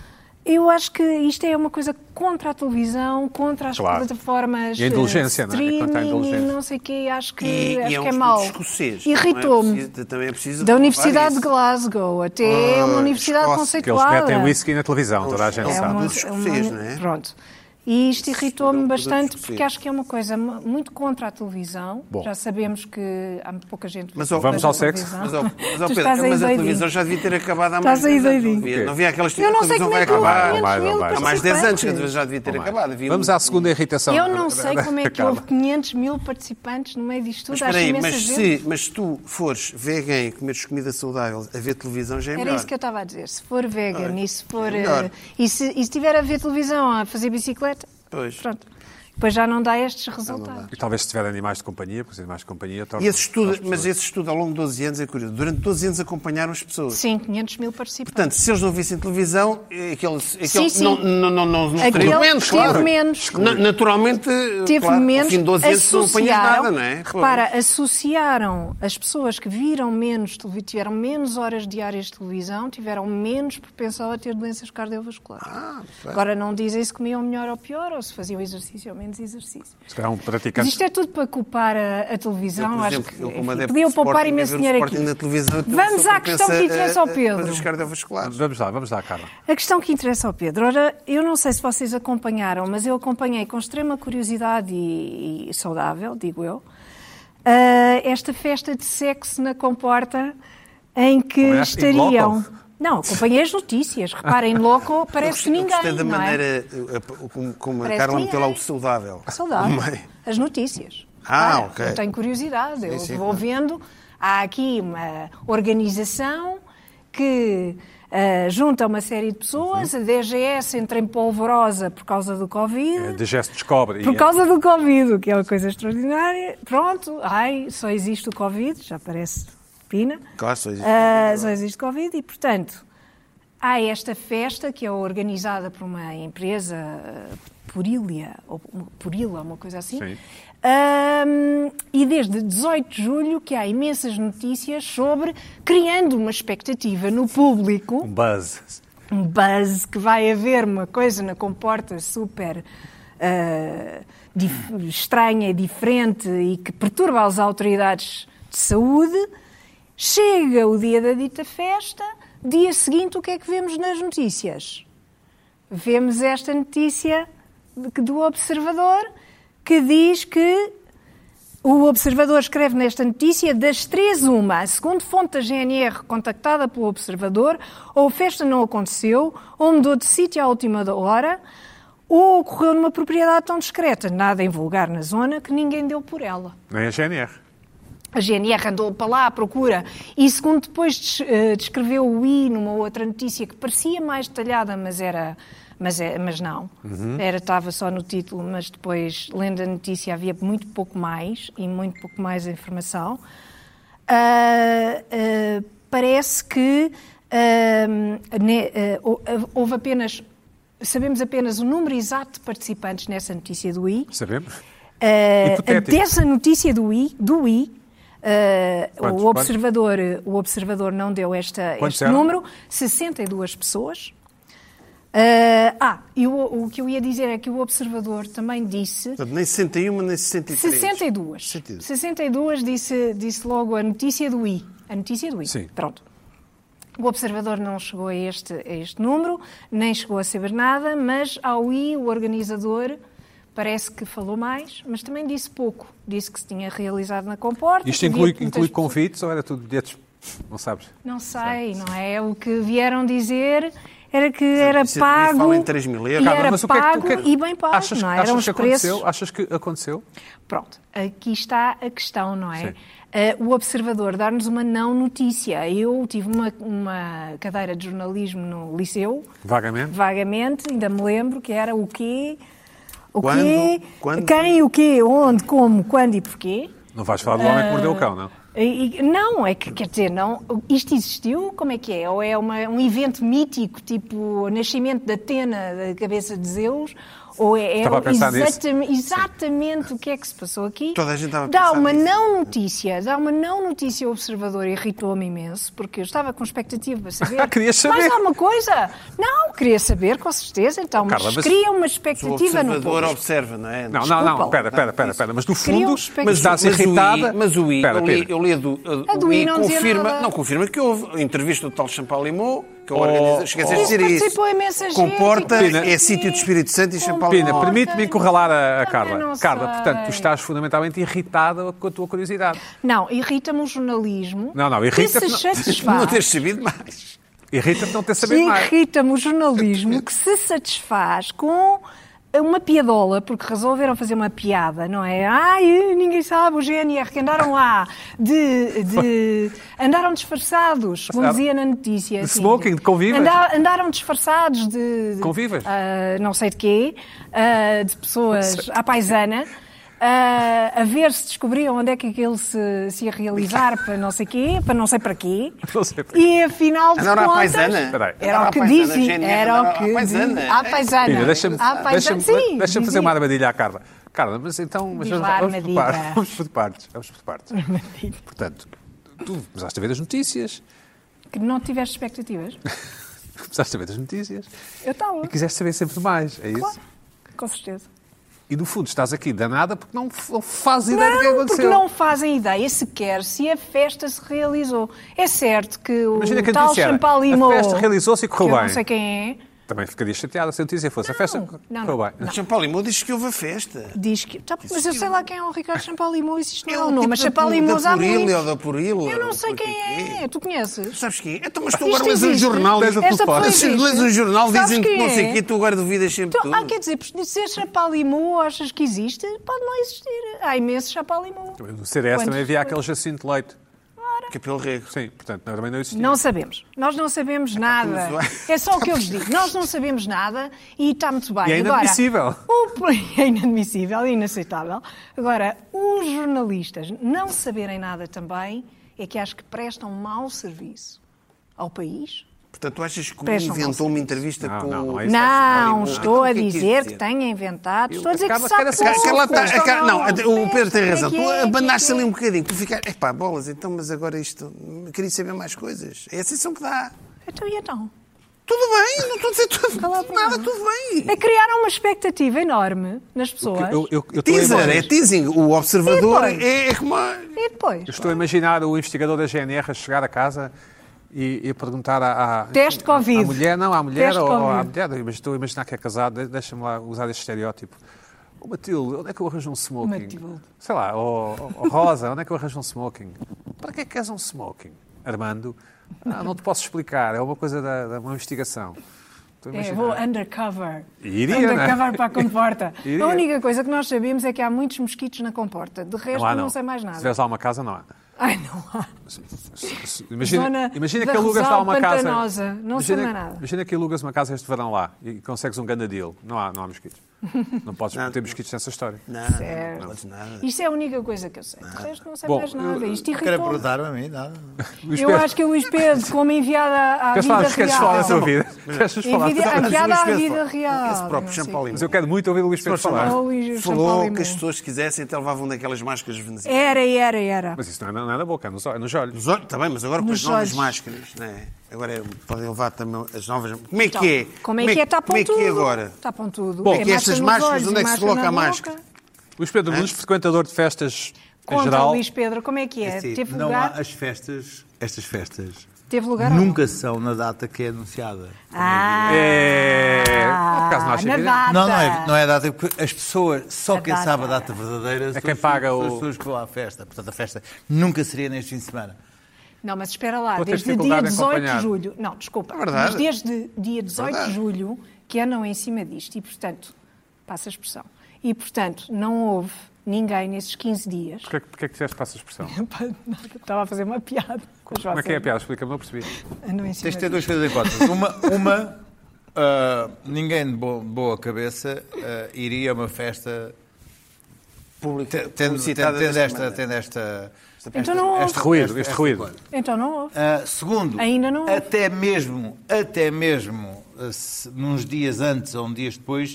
Eu acho que isto é uma coisa contra a televisão, contra as
Claro.
plataformas
E a indulgência,
eh,
não é? É quanto à
streaming
indulgência.
e não sei o quê. Acho que,
E,
acho
e é um
que é
estudo
mau.
escocês.
Irritou-me.
Não é preciso- Também é preciso
Da
provar
Universidade
isso.
de Glasgow, até
Ah,
uma universidade
Escócia,
Que eles
conceituada.
metem whisky na televisão, toda a gente
É
sabe.
uma- dos escoceses, não é?
Pronto. E isto irritou-me
Estudam
bastante
todos os
porque acho que é uma coisa mu- muito contra a televisão.
Bom.
Já sabemos que há pouca gente...
Mas,
que
ó,
Vamos
veja
ao sexo?
televisão.
Mas, ó, mas, ó,
Tu
Pedro,
estás aí
mas a
doidinho.
televisão já devia ter acabado há
Estás
mais
aí
dez anos.
doidinho.
Não havia- Não havia aquelas
Eu não sei
televisão
como
vai
é que houve
acabar.
Não vai,
quinhentos
não
mil
vai.
Há mais de dez anos que a
participantes.
televisão já devia ter acabado. Havia
Vamos
um-
à segunda irritação.
Eu não sei como é que
Acaba.
houve quinhentos mil participantes no meio disto tudo.
Mas
Acho
espera aí,
imensa
mas
gente.
se, mas se tu fores vegan e comeres comida saudável a ver televisão já é
Era
melhor.
isso que eu estava a dizer. Se for vegan e se for...
melhor.
eh, e, se, e se estiver a ver televisão a fazer bicicleta,
Pois.
pronto. Depois já não dá estes resultados.
E talvez se tiver animais de companhia, porque os animais de companhia tornam
E esse estudo,
as pessoas-
mas esse estudo ao longo de doze anos é curioso. Durante doze anos acompanharam as pessoas.
Sim, quinhentos mil participantes.
Portanto, se eles não vissem televisão, é aquele, aquele
Sim, sim.
não, não, não, não, não
Aquele
teriam menos,
teve
claro.
menos.
Na- naturalmente,
Teve
claro,
menos,
ao fim de doze anos não apanhas
associaram,
nada, não é? Pô.
repara, associaram as pessoas que viram menos, televi- tiveram menos horas diárias de televisão, tiveram menos propensão a ter doenças cardiovasculares.
Ah, bem.
Agora não dizem se comiam melhor ou pior, ou se faziam exercício ou menos exercício.
Se calhar um
Mas
praticante.
isto é tudo para culpar a, a
Eu,
televisão.
por
Acho
exemplo,
que
eu, como
enfim,
adepto
podiam
de
poupar
Sporting,
imenso
a ver o
dinheiro
Sporting
aqui.
na televisão, eu tenho
Vamos
uma
à questão que
propensa
interessa
a-
ao
a-
Pedro.
a fazer os cardiovasculares.
Vamos lá, vamos lá, Carla.
A questão que interessa ao Pedro, ora, eu não sei se vocês acompanharam, mas eu acompanhei com extrema curiosidade e, e saudável, digo eu, ah, esta festa de sexo na Comporta em que
Acompanhaste in
estariam...
loco?
Não, acompanhei as notícias. Reparem, loco, parece
eu
ninguém,
gostei da
não é?
maneira eh, eh, como, como a
Parece
Carla
ninguém.
meteu lá o saudável.
Saudável.
No meio.
As notícias.
Ah,
Repara,
ok.
Eu tenho curiosidade. Eu
sim,
vou
claro.
vendo. Há aqui uma organização que ah, junta uma série de pessoas. A D G S entra em polvorosa por causa do Covid.
De gesto descobre.
Por
E-
causa do Covid, o que é uma coisa extraordinária. Pronto, ai, só existe o Covid, já parece pina.
Claro, só existe.
Ah, só existe Covid e, portanto, há esta festa que é organizada por uma empresa, ah, Purilia, ou uma- Purila, uma coisa assim.
Sim.
Ahm, e desde dezoito de julho que há imensas notícias sobre criando uma expectativa no público,
Um buzz.
um buzz, que vai haver uma coisa na Comporta super ah, dif- estranha, diferente e que perturba as autoridades de saúde. Chega o dia da dita festa, Dia seguinte, o que é que vemos nas notícias? Vemos esta notícia do Observador, que diz que o Observador escreve nesta notícia: das três, uma, segundo fonte da G N R contactada pelo Observador, ou a festa não aconteceu, ou mudou de sítio à última hora, ou ocorreu numa propriedade tão discreta, nada em vulgar na zona, que ninguém deu por ela.
Nem a G N R.
A G N R andou para lá à procura e, segundo depois uh, descreveu o I numa outra notícia que parecia mais detalhada, mas era... Mas, é, mas não, uhum. Era, estava só no título, mas depois, lendo a notícia, havia muito pouco mais e muito pouco mais informação. Uh, uh, parece que uh, ne, uh, houve apenas, sabemos apenas o número exato de participantes nessa notícia do I.
Sabemos.
Uh, dessa notícia do I, do I uh, quantos, o, observador, o observador não deu esta, este eram? número, sessenta e duas pessoas. Uh, ah, e o, o que eu ia dizer é que o Observador também disse...
Portanto, nem sessenta e um, nem sessenta e três.
sessenta e duas. sessenta e duas, sessenta e duas disse, disse logo a notícia do I. A notícia do I.
Sim.
Pronto. O Observador não chegou a este, a este número, nem chegou a saber nada, mas ao I, o organizador, parece que falou mais, mas também disse pouco. Disse que se tinha realizado na comporta.
Isto inclui, inclui convites ou era tudo bilhetes? Não sabes?
Não sei, não é? O que vieram dizer... Era que era pago,
fala em três mil euros.
e era
mas o
pago
que é que tu, que,
e bem pago,
achas,
não é?
Achas
Eram os
que
preços...
aconteceu? Achas que aconteceu?
Pronto, aqui está a questão, não é? Uh, o Observador dar-nos uma não notícia. Eu tive uma, uma cadeira de jornalismo no liceu.
Vagamente?
Vagamente, ainda me lembro, que era o quê, o
quando,
quê,
quando?
quem, o quê, onde, como, quando e porquê.
Não vais falar do homem uh, que mordeu o cão, não?
E, não, é que, quer dizer, não, isto existiu, como é que é? Ou é uma, um evento mítico, tipo o nascimento da Atena, da cabeça de Zeus, ou é, é exatamente, exatamente o que é que se passou aqui?
Toda a gente estava a
dá
pensar
uma
nisso.
não notícia, dá uma não notícia ao Observador, irritou-me imenso, porque eu estava com expectativa para saber.
Queria saber.
Mais alguma coisa? Não, queria saber, com certeza, então, mas,
Carla, mas
cria uma expectativa no povo.
O Observador observa, não é?
Não,
Desculpa,
não, não, espera, espera, espera, espera, mas no fundo,
um
mas estás irritada...
Mas o I,
Pera,
eu li, eu li a do, a,
A do
o
I
I
não dizia
confirma,
nada.
não, confirma que houve a entrevista do tal Champalimau, que eu
Oh,
organizo, esqueci de
oh.
dizer
Isso
isso.
participou imensa gente.
Comporta,
Pina.
é sítio de Espírito Santo e Champalimau.
Pina, permite-me encurralar a, a
Também
Carla.
não
Carla,
sei.
portanto, tu estás fundamentalmente irritada com a tua curiosidade.
Não, irrita-me o jornalismo.
Não, não,
que
irrita-te
se
não-
satisfaz.
Não teres sabido mais.
Irrita-te não ter sabido mais.
Irrita-me o jornalismo que se satisfaz com uma piadola, porque resolveram fazer uma piada, não é? Ai, ninguém sabe, o G N R, que andaram lá de... de andaram disfarçados, como dizia na notícia.
De
assim,
smoking, de convivas?
anda- andaram disfarçados de... de
Convivas?
ah, não sei de quê, ah, de pessoas à paisana, ah, a ver se descobriam onde é que aquilo se, se ia realizar para não sei quê, para não sei para quê.
Não sei para quê.
E afinal de
Andaram à
contas...
paisana?
Espera aí.
Era
Andaram
o
à
que
paisana,
dizem,
G N R,
era o
andaram
que
à paisana.
dizem. À paisana.
Pina, deixa-me
À paisana,
deixa-me-
sim,
deixa-me fazer
dizia.
uma armadilha à Carla. Carla, mas então mas
Diz
vamos,
lá,
vamos, por
armadilha.
partes, vamos por partes. Vamos por partes. Portanto, tu começaste a ver as notícias,
Que não tiveste expectativas?
começaste a ver as notícias
Eu estava.
e quiseste saber sempre mais, é isso?
Claro, com certeza.
E no fundo estás aqui danada porque não f- não fazes ideia do que
Não, porque
aconteceu.
não fazem ideia sequer se a festa se realizou. É certo que o
Imagina que a
tal
notícia era,
Champalimau...
a festa realizou-se e correu
que eu
bem.
não sei quem é...
Também ficaria chateada se a notícia fosse a festa
Não,
correu
não,
bem.
não.
O Champalimau diz que houve a festa.
Diz que... Tá, mas eu sei lá quem é o Ricardo Champalimau, isso isto não é
o
o nome.
tipo
Mas
da-
Champalimau
da
há
Puril
muitos.
ou da Puril.
Eu não
ou
sei
do
quem
quê.
é. Tu conheces?
Sabes quem? Então, mas tu
Isto
agora lês um
existe.
jornal,
Tens a
dizem
Esta
telefone.
foi
lês um jornal,
Sabes
dizem que
quem
não sei
é?
o quê, tu agora duvidas sempre
Então,
tudo.
ah, quer dizer, por ser Champalimau, achas que existe? Pode não existir. Há imenso Champalimau.
No C D S
Quantos
também havia
foi?
aquele Jacinto Leite.
Capelo Rego.
Sim, portanto, também não existia.
Não sabemos. Nós não sabemos nada. É só o que eu vos digo. Nós não sabemos nada e está muito bem.
E é inadmissível.
Agora, o... É inadmissível, é inaceitável. Agora, os jornalistas não saberem nada também é que acho que prestam mau serviço ao país.
Portanto, tu achas que o
Prestam
inventou
mal
uma entrevista
Não,
com
não, não
o...
é isso.
Não,
Champalimau?
estou
Então,
a
o que é que quis
dizer que tenha inventado. Estou a dizer que
Carla,
sabe
quero-
pouco.
Carla, tá- a Carla- não,
Não,
o Pedro tem razão.
que
Tu
é,
abanaste
que é.
ali um bocadinho. Tu ficaste, epá, bolas, então, mas agora isto... Queria saber mais coisas. É a sensação que dá.
Então e então?
Tudo bem, não estou a dizer tudo,
Cala a boca.
nada, tudo bem.
É criar uma expectativa enorme nas pessoas.
Eu, eu, eu estou a
Teaser,
imaginar-
é teasing. O observador
E depois?
é, é como... a-
E depois?
eu estou a imaginar o investigador da G N R a chegar a casa e, e perguntar à, à,
Teste Covid.
à mulher, não, à mulher
Teste
ou, ou à
Covid.
mulher, mas estou a imaginar que é casado, deixa-me lá usar este estereótipo. Ô Matilde, onde é que eu arranjo um smoking?
Matilde.
Sei lá, ou Rosa, onde é que eu arranjo um smoking? Para que é que queres um smoking? Armando, ah, não te posso explicar, é uma coisa da, da uma investigação. Estou a
É,
imaginar.
vou undercover.
Iria,
undercover
não é?
para a comporta.
Iria.
A única coisa que nós sabemos é que há muitos mosquitos na comporta. De resto,
Não há,
não,
não.
sei mais
Se
nada.
tiveres lá uma casa, não há.
Ai, não há.
Imagina,
Zona
imagina
da
que alugas lá
Rosal
uma casa.
Pantanosa. Não sei
imagina,
mais nada.
Imagina que alugas uma casa este verão lá e consegues um grande deal. Não há, não há mosquitos. Não podes ter mosquitos nessa história.
Não,
Certo.
não podes nada.
Isto é a única coisa que eu sei. De resto, não sei
Bom,
mais nada. Isto
Quero
irritou.
perguntar-me a mim, nada.
Luís
Eu
Pedro,
acho que o Luís Pedro, como enviada à
queres
vida
falar, queres falar da
real.
tua vida? Queres falar?
Envia-
Mas o
Enviada
Luís
à
Pedro
vida
fala-
real.
Esse próprio
não sei.
Champalimau.
Mas eu quero muito ouvir o Luís Pedro
Se for
falar.
Oh, Luís
Falou
Champalimau.
que as pessoas quisessem até levavam daquelas máscaras venezianas.
Era, era, era.
Mas isso não é, não é na boca, é nos, é nos olhos.
Nos olhos, também, mas agora com
Nos
as novas
olhos.
máscaras, não é? Agora é- podem levar também as novas. Como é que
Então,
é?
Como é que é? Tapam
Como é
tudo.
que é agora?
Tapam tudo.
Bom,
É
que estas
máscara nos
máscaras,
olhos
onde é
e
que se
máscara
coloca
na
a
boca.
máscara?
Luís Pedro Nunes, frequentador de festas em
Conta,
geral.
Luís Pedro, como é que é?
Assim,
Teve
não
lugar?
há as festas, estas festas,
Teve lugar ou não?
nunca são na data que é anunciada.
Ah,
É... Por acaso não acho
na
evidente.
data.
Não, não é, não é a data, porque as pessoas, só
A
quem
data.
sabe a data verdadeira são
quem
as
paga
pessoas-
o-
são as pessoas que vão à festa. Portanto, a festa nunca seria neste fim de semana.
Não, mas espera lá,
Estou a ter
desde dia
dificuldade em
dezoito de
acompanhar.
julho. Não, desculpa.
verdade.
Mas desde dia dezoito
Verdade.
de julho que andam em cima disto. E, portanto, passa a expressão. E, portanto, não houve ninguém nesses quinze dias.
Porquê, porquê é que disseste para essa expressão?
Estava a fazer uma piada. Mas
Como é que é a
vocês
piada? Explica-me, não percebi.
andam em cima
Tens de ter duas
disto.
coisas em conta. Uma, uma ah, ninguém de bo- boa cabeça ah, iria a uma festa
Pública,
te- tendo,
publicitada
tendo, tendo
desta
esta,
maneira.
tendo esta,
Então não houve.
Este ruído, este ruído.
Então não houve.
Ah, segundo,
Ainda não houve.
até mesmo, até mesmo ah, se, nos dias antes ou uns dias depois,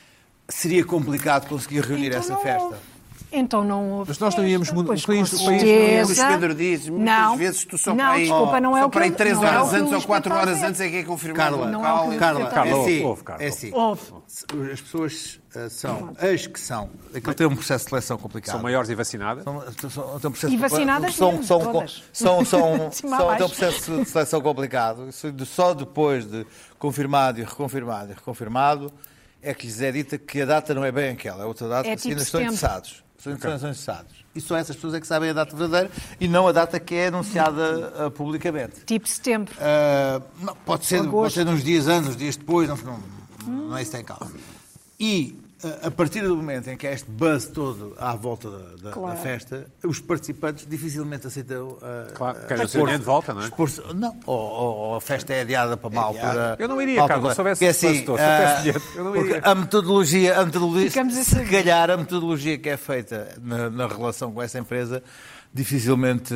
seria complicado conseguir reunir
Então
essa
não
festa.
houve. Então não houve.
Mas nós não
festa.
íamos muito-
Pois,
o país-
com
o país-
certeza.
O Luís Pedro diz, muitas
não,
vezes tu só
não,
para aí,
desculpa, não é
só
o que
para aí
ele-
três
não é o
horas
que o
antes ou
Luís
quatro
Pedro
horas
está a
antes é que é confirmado.
Carla,
Não é o que o
Carla,
Luís
Carla,
Pedro
é
Houve,
assim,
houve, Carla,
é assim.
Houve.
As pessoas ah, são as que são. Aquilo tem um processo de seleção complicado.
São maiores e vacinadas.
São, são, têm um processo
E vacinadas
são,
mesmo,
são,
todas.
são, são,
Cima a
são, têm um
baixo.
processo de seleção complicado. Isso de- Só depois de confirmado e reconfirmado e reconfirmado é que lhes é dita que a data não é bem aquela, é outra data,
É
que
tipo
ainda estão
setembro.
interessados. São okay. interessados. E são essas pessoas é que sabem a data verdadeira e não a data que é anunciada ah, publicamente.
Tipo setembro.
Ah, não, pode, ser,
Agosto.
pode ser uns dias antes, uns dias depois, não, não, não é isso que tem causa. E a- a partir do momento em que há este buzz todo à volta da, da-
Claro.
da festa, os participantes dificilmente aceitam a.
Claro,
a-
querem
a-
o seu dinheiro de volta, não é?
expor-se- Não, ou, ou- ou a festa é adiada para mal. Para,
Eu não iria,
mal
Carlos,
para-
se houvesse
que é
esse buzz todo, se
ah,
houvesse dinheiro, eu não
porque
iria.
a metodologia, a metodologia
Ficamos a
se
saber.
calhar a metodologia que é feita na, na relação com essa empresa, dificilmente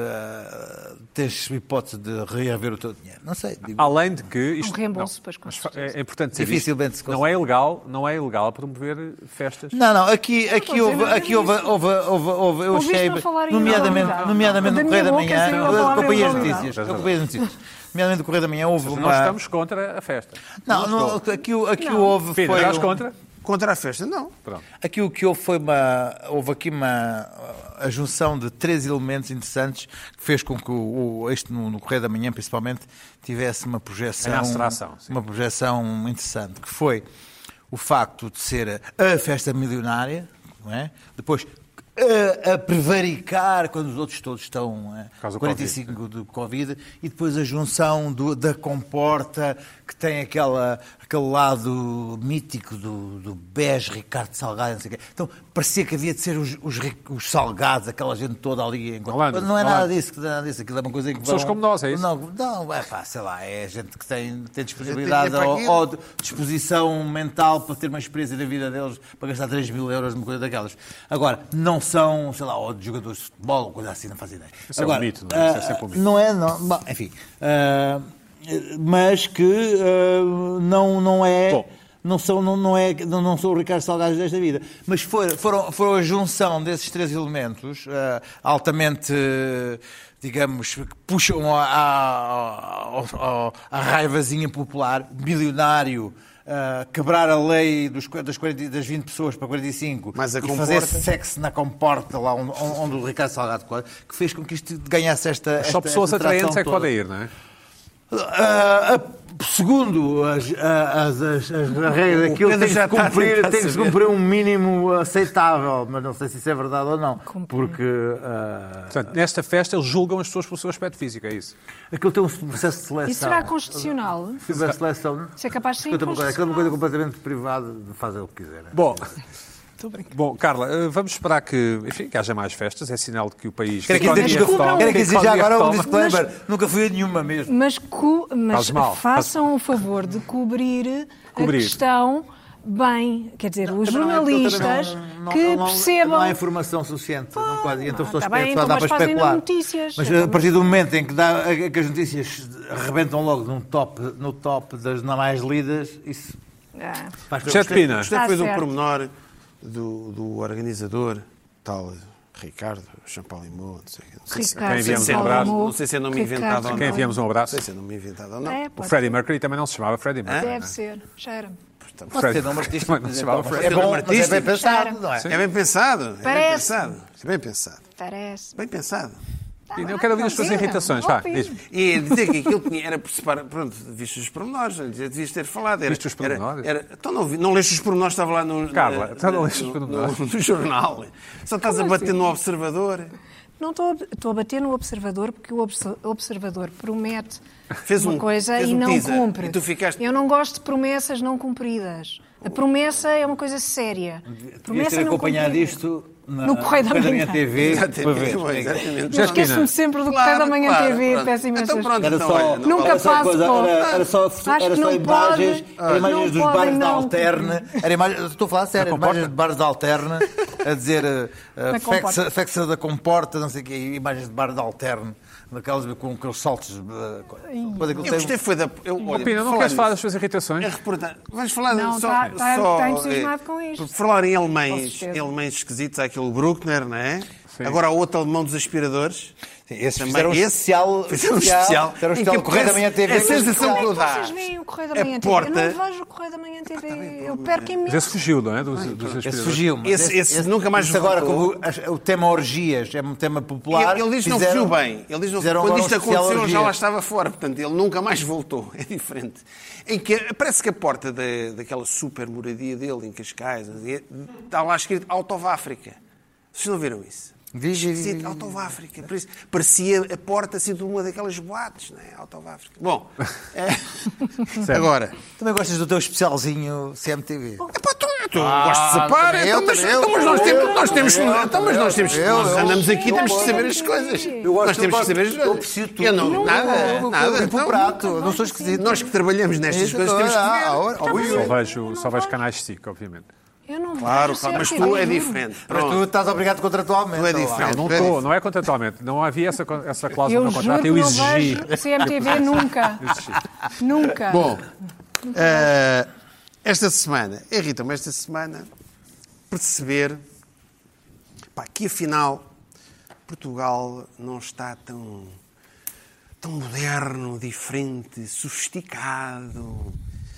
ah, tens hipótese de reaver o teu dinheiro. Não sei. digo-
Além de que isto
Um reembolso,
não,
pois, com
mas
certeza.
é, é importante dizer
Dificilmente
isto.
se consegue.
Não é ilegal, não é ilegal promover festas.
Não, não, aqui, aqui,
Não,
houve,
não sei
aqui houve,
nada
houve, houve, houve, eu
Ouviste-me
achei,
a falar em
nomeadamente,
ilegalidade?
nomeadamente
Da
no
minha
Correio da
boca
Manhã,
saiu a
eu
palavra
acompanhei as
ilegalidade.
notícias, eu acompanhei as notícias. Nomeadamente no Correio da Manhã houve
Nós
uma...
estamos contra a festa.
Não, não, aqui, o- aqui
Não.
o houve
Pedro,
foi...
estás
um-
contra?
Contra a festa, não.
Pronto.
Aqui o que houve foi uma... Houve aqui uma... A junção de três elementos interessantes que fez com que o, o, este no, no Correio da Manhã, principalmente, tivesse uma projeção...
Ganhasse tração, sim.
Uma projeção interessante, que foi o facto de ser a festa milionária, não é? Depois... A, a prevaricar quando os outros todos estão eh,
causa do
quarenta e cinco do Covid e depois a junção do- da comporta que tem aquela, aquele lado mítico do, do bege Ricardo Salgado, não sei o quê. Então parecia que havia de ser os, os, ri- os salgados, aquela gente toda ali. Em...
Malandros,
não é nada
malandros.
disso, que não é nada disso, aquilo é uma coisa em que
Pessoas
vão-
como nós, é isso?
Não, não é pá, sei lá, é gente que tem, tem disponibilidade
Tem tempo
ou,
aquilo.
ou de disposição mental para ter uma experiência da vida deles para gastar três mil euros numa coisa daquelas. Agora, não são, sei lá, ou de jogadores de futebol ou coisa assim, não faz ideia.
Isso é um
Agora,
mito, não é? Isso é
ah,
sempre um mito.
Não é, não, bom, enfim. ah, mas que ah, não, não é...
Bom.
Não são, não, não, é, não, não são o Ricardo Salgado desta vida. Mas foi, foram, foram a junção desses três elementos, ah, altamente, eh, digamos, que puxam à, à, à- à raivazinha popular, milionário, uh, quebrar a lei dos, das, quarenta, das vinte pessoas para quarenta e cinco
Mas a
e
comporta...
fazer sexo na comporta, lá onde, onde o Ricardo Salgado Costa, que fez com que isto ganhasse esta.
Só
esta,
pessoas
esta
atraentes é que
toda.
podem ir, não é?
Uh, uh, segundo as, as, as, as regras daquilo,
Pedro
tem que
já
se
está a
cumprir,
tentar
tem que se
saber.
cumprir um mínimo aceitável, mas não sei se isso é verdade ou não. Porque uh,
Portanto, nesta festa eles julgam as pessoas pelo seu aspecto físico, é isso?
aquilo tem um processo de seleção.
Isso será constitucional?
Se tiver seleção,
Isso é capaz de ser
escuta uma coisa, aquilo é uma
inconstitucional.
coisa completamente privada, de fazer o que quiser.
Bom, bom, Carla, eh, vamos esperar que, enfim, que haja mais festas. É sinal de que o país...
Quero
que a
aqui
economia
dizer,
retoma,
quero aqui
que a
dizer já
economia
agora um
retoma.
disclaimer. Nunca fui a nenhuma mesmo.
Mas, co- mas
Faz mal,
façam o favor de cobrir,
Cobrir.
a questão bem. Quer dizer, os
Também não é-
jornalistas
também não-
que
não- não-
percebam.
Não há informação suficiente. não pode, e então
ah,
só,
tá
espera-
bem,
só
então,
dá
mas
para
fazem
especular.
notícias.
Mas a partir do momento em que, dá, que as notícias arrebentam logo num top, no top das não mais lidas, isso
Ah,
faz
Sete Pina.
Gostei
Está
foi do
certo.
pormenor do, do organizador, tal Ricardo Champalimau, não sei, não sei se-
Ricardo
quem enviamos um
Salomão,
abraço.
Não sei se é nome
Ricardo
inventado ou não.
Quem enviamos um abraço?
Não sei se é nome inventado ou não.
É,
O
pode
Freddie Mercury também não se chamava Freddie Mercury.
Deve
não é?
ser. Cheira-me.
O Freddie
ser nome artístico,
também não se chamava
mas
Freddie.
é bom,
nome
mas é bem
artístico.
pensado, não é?
É bem pensado. É bem
Parece.
pensado. É bem pensado.
Parece.
Bem pensado.
Tá
Eu
bem,
quero ouvir as tuas
confia,
irritações.
vou
Vá,
ouvir.
diz-me.
E dizer que aquilo tinha, era por separar, pronto, viste os pormenores, devias ter falado. Era,
Viste os pormenores?
Era, era, então não, vi- não leste os pormenores, estava lá no,
Carla,
na-
então não
na-
leste os
no-
pormenores?
no, no jornal. Só estás
Como
a bater
assim?
no observador.
Não estou a, estou a bater no observador porque o obs- observador promete
Fez
uma
um-
coisa
fez
e
um
não
teaser.
cumpre.
E tu ficaste-
Eu não gosto de promessas não cumpridas. A promessa é uma coisa séria.
Devias
Promessa
ter
não
acompanhado
cumprida.
isto na,
No Correio da
minha
Manhã.
T V.
Exatamente,
para ver.
exatamente.
Já
Esqueço-me sempre do Correio da Manhã
claro,
T V,
pronto.
peço imensas
Então pronto,
Era
então,
só,
olha, não-
Nunca
era só
passo
coisa,
por-
era, era só,
Acho
era
que
só
não
imagens,
pode.
era imagens
Não
dos
podem,
bares da
não.
Alterna, era imagens, estou a falar sério,
Da
imagens
Comporta?
de bares da Alterna, a dizer uh,
Da
uh,
Comporta.
fexa, fexa da Comporta, não sei o quê, imagens de bar da Alterna, daquelas com aqueles saltos. Uh, coisa que
Eu
tem-
gostei foi da... Eu, olha,
Pina, não
falar
queres falar das
nisso.
tuas irritações?
É reportagem. Vamos falar
Não,
só...
tá- tá-
só,
tá entusiasmado
eh,
com isto.
Por falar em
Com
alemães,
certeza.
alemães esquisitos, há aquele Bruckner, não é?
Sim.
Agora há outro alemão dos aspiradores.
Sim, esses
Também
fizeram um
esse-
especial.
Fizeram um especial.
Fizeram um
em
especial
que
do Correio da
parece-
Manhã T V.
A sensação
Como
que
é
eu
que
dá.
vocês veem o Correio da
A
Manhã
porta-
T V? Eu não vejo o Correio da Manhã T V. Eu perco
Mas
imenso.
esse fugiu, não é? Dos, dos
Esse
aspiradores.
fugiu. mas
Esse- esse nunca mais
esse agora,
voltou.
como as- o tema orgias é um tema popular.
Ele, ele diz que não
fizeram-
fugiu bem. Ele diz que não-
fizeram
quando
agora
isto
um especial
aconteceu, ele já
orgia.
lá estava fora. Portanto, ele nunca mais voltou. É diferente. Em que parece que a porta da, daquela super moradia dele, em Cascais, está lá escrito Out of Africa. Vocês não viram isso?
Vi, vi, vi,
Esquisito,
vi.
Out of Africa. Por isso, parecia a porta assim de uma daquelas boates, não é? Out of Africa. Bom, é, agora...
Também gostas do teu especialzinho C M T V?
Epá, tu, tu gostas de sapar,
também
então,
eu,
mas,
também eu,
então, mas nós
também
temos,
eu,
nós temos,
também eu,
então, mas nós temos,
eu,
nós
eu,
andamos aqui,
eu
temos de
gosto
saber
de
as coisas.
eu
Nós
gosto-
temos
eu
de saber as
gosto- eu
coisas.
aprecio tudo.
Eu não,
Nunca,
nada,
eu-
nada.
eu limpo o
Então,
prato, eu não sou esquisito.
nós que trabalhamos nestas
Isso,
coisas temos que
ah,
ver.
ah, ora, ui, ui.
Só vejo, só vejo canais SIC, obviamente.
Eu não
Claro,
vejo
claro, mas
C M T V,
tu é
juro.
diferente.
Mas tu
Pronto.
estás obrigado contratualmente.
Tu é
ó lá.
diferente.
Não, não estou, não é contratualmente. Não havia essa, essa cláusula
Eu
no
juro
contrato.
que
Eu
não
exigi.
vejo C M T V nunca. Nunca.
Bom, eh, esta semana, irrita-me esta semana perceber pá, que afinal Portugal não está tão, tão moderno, diferente, sofisticado.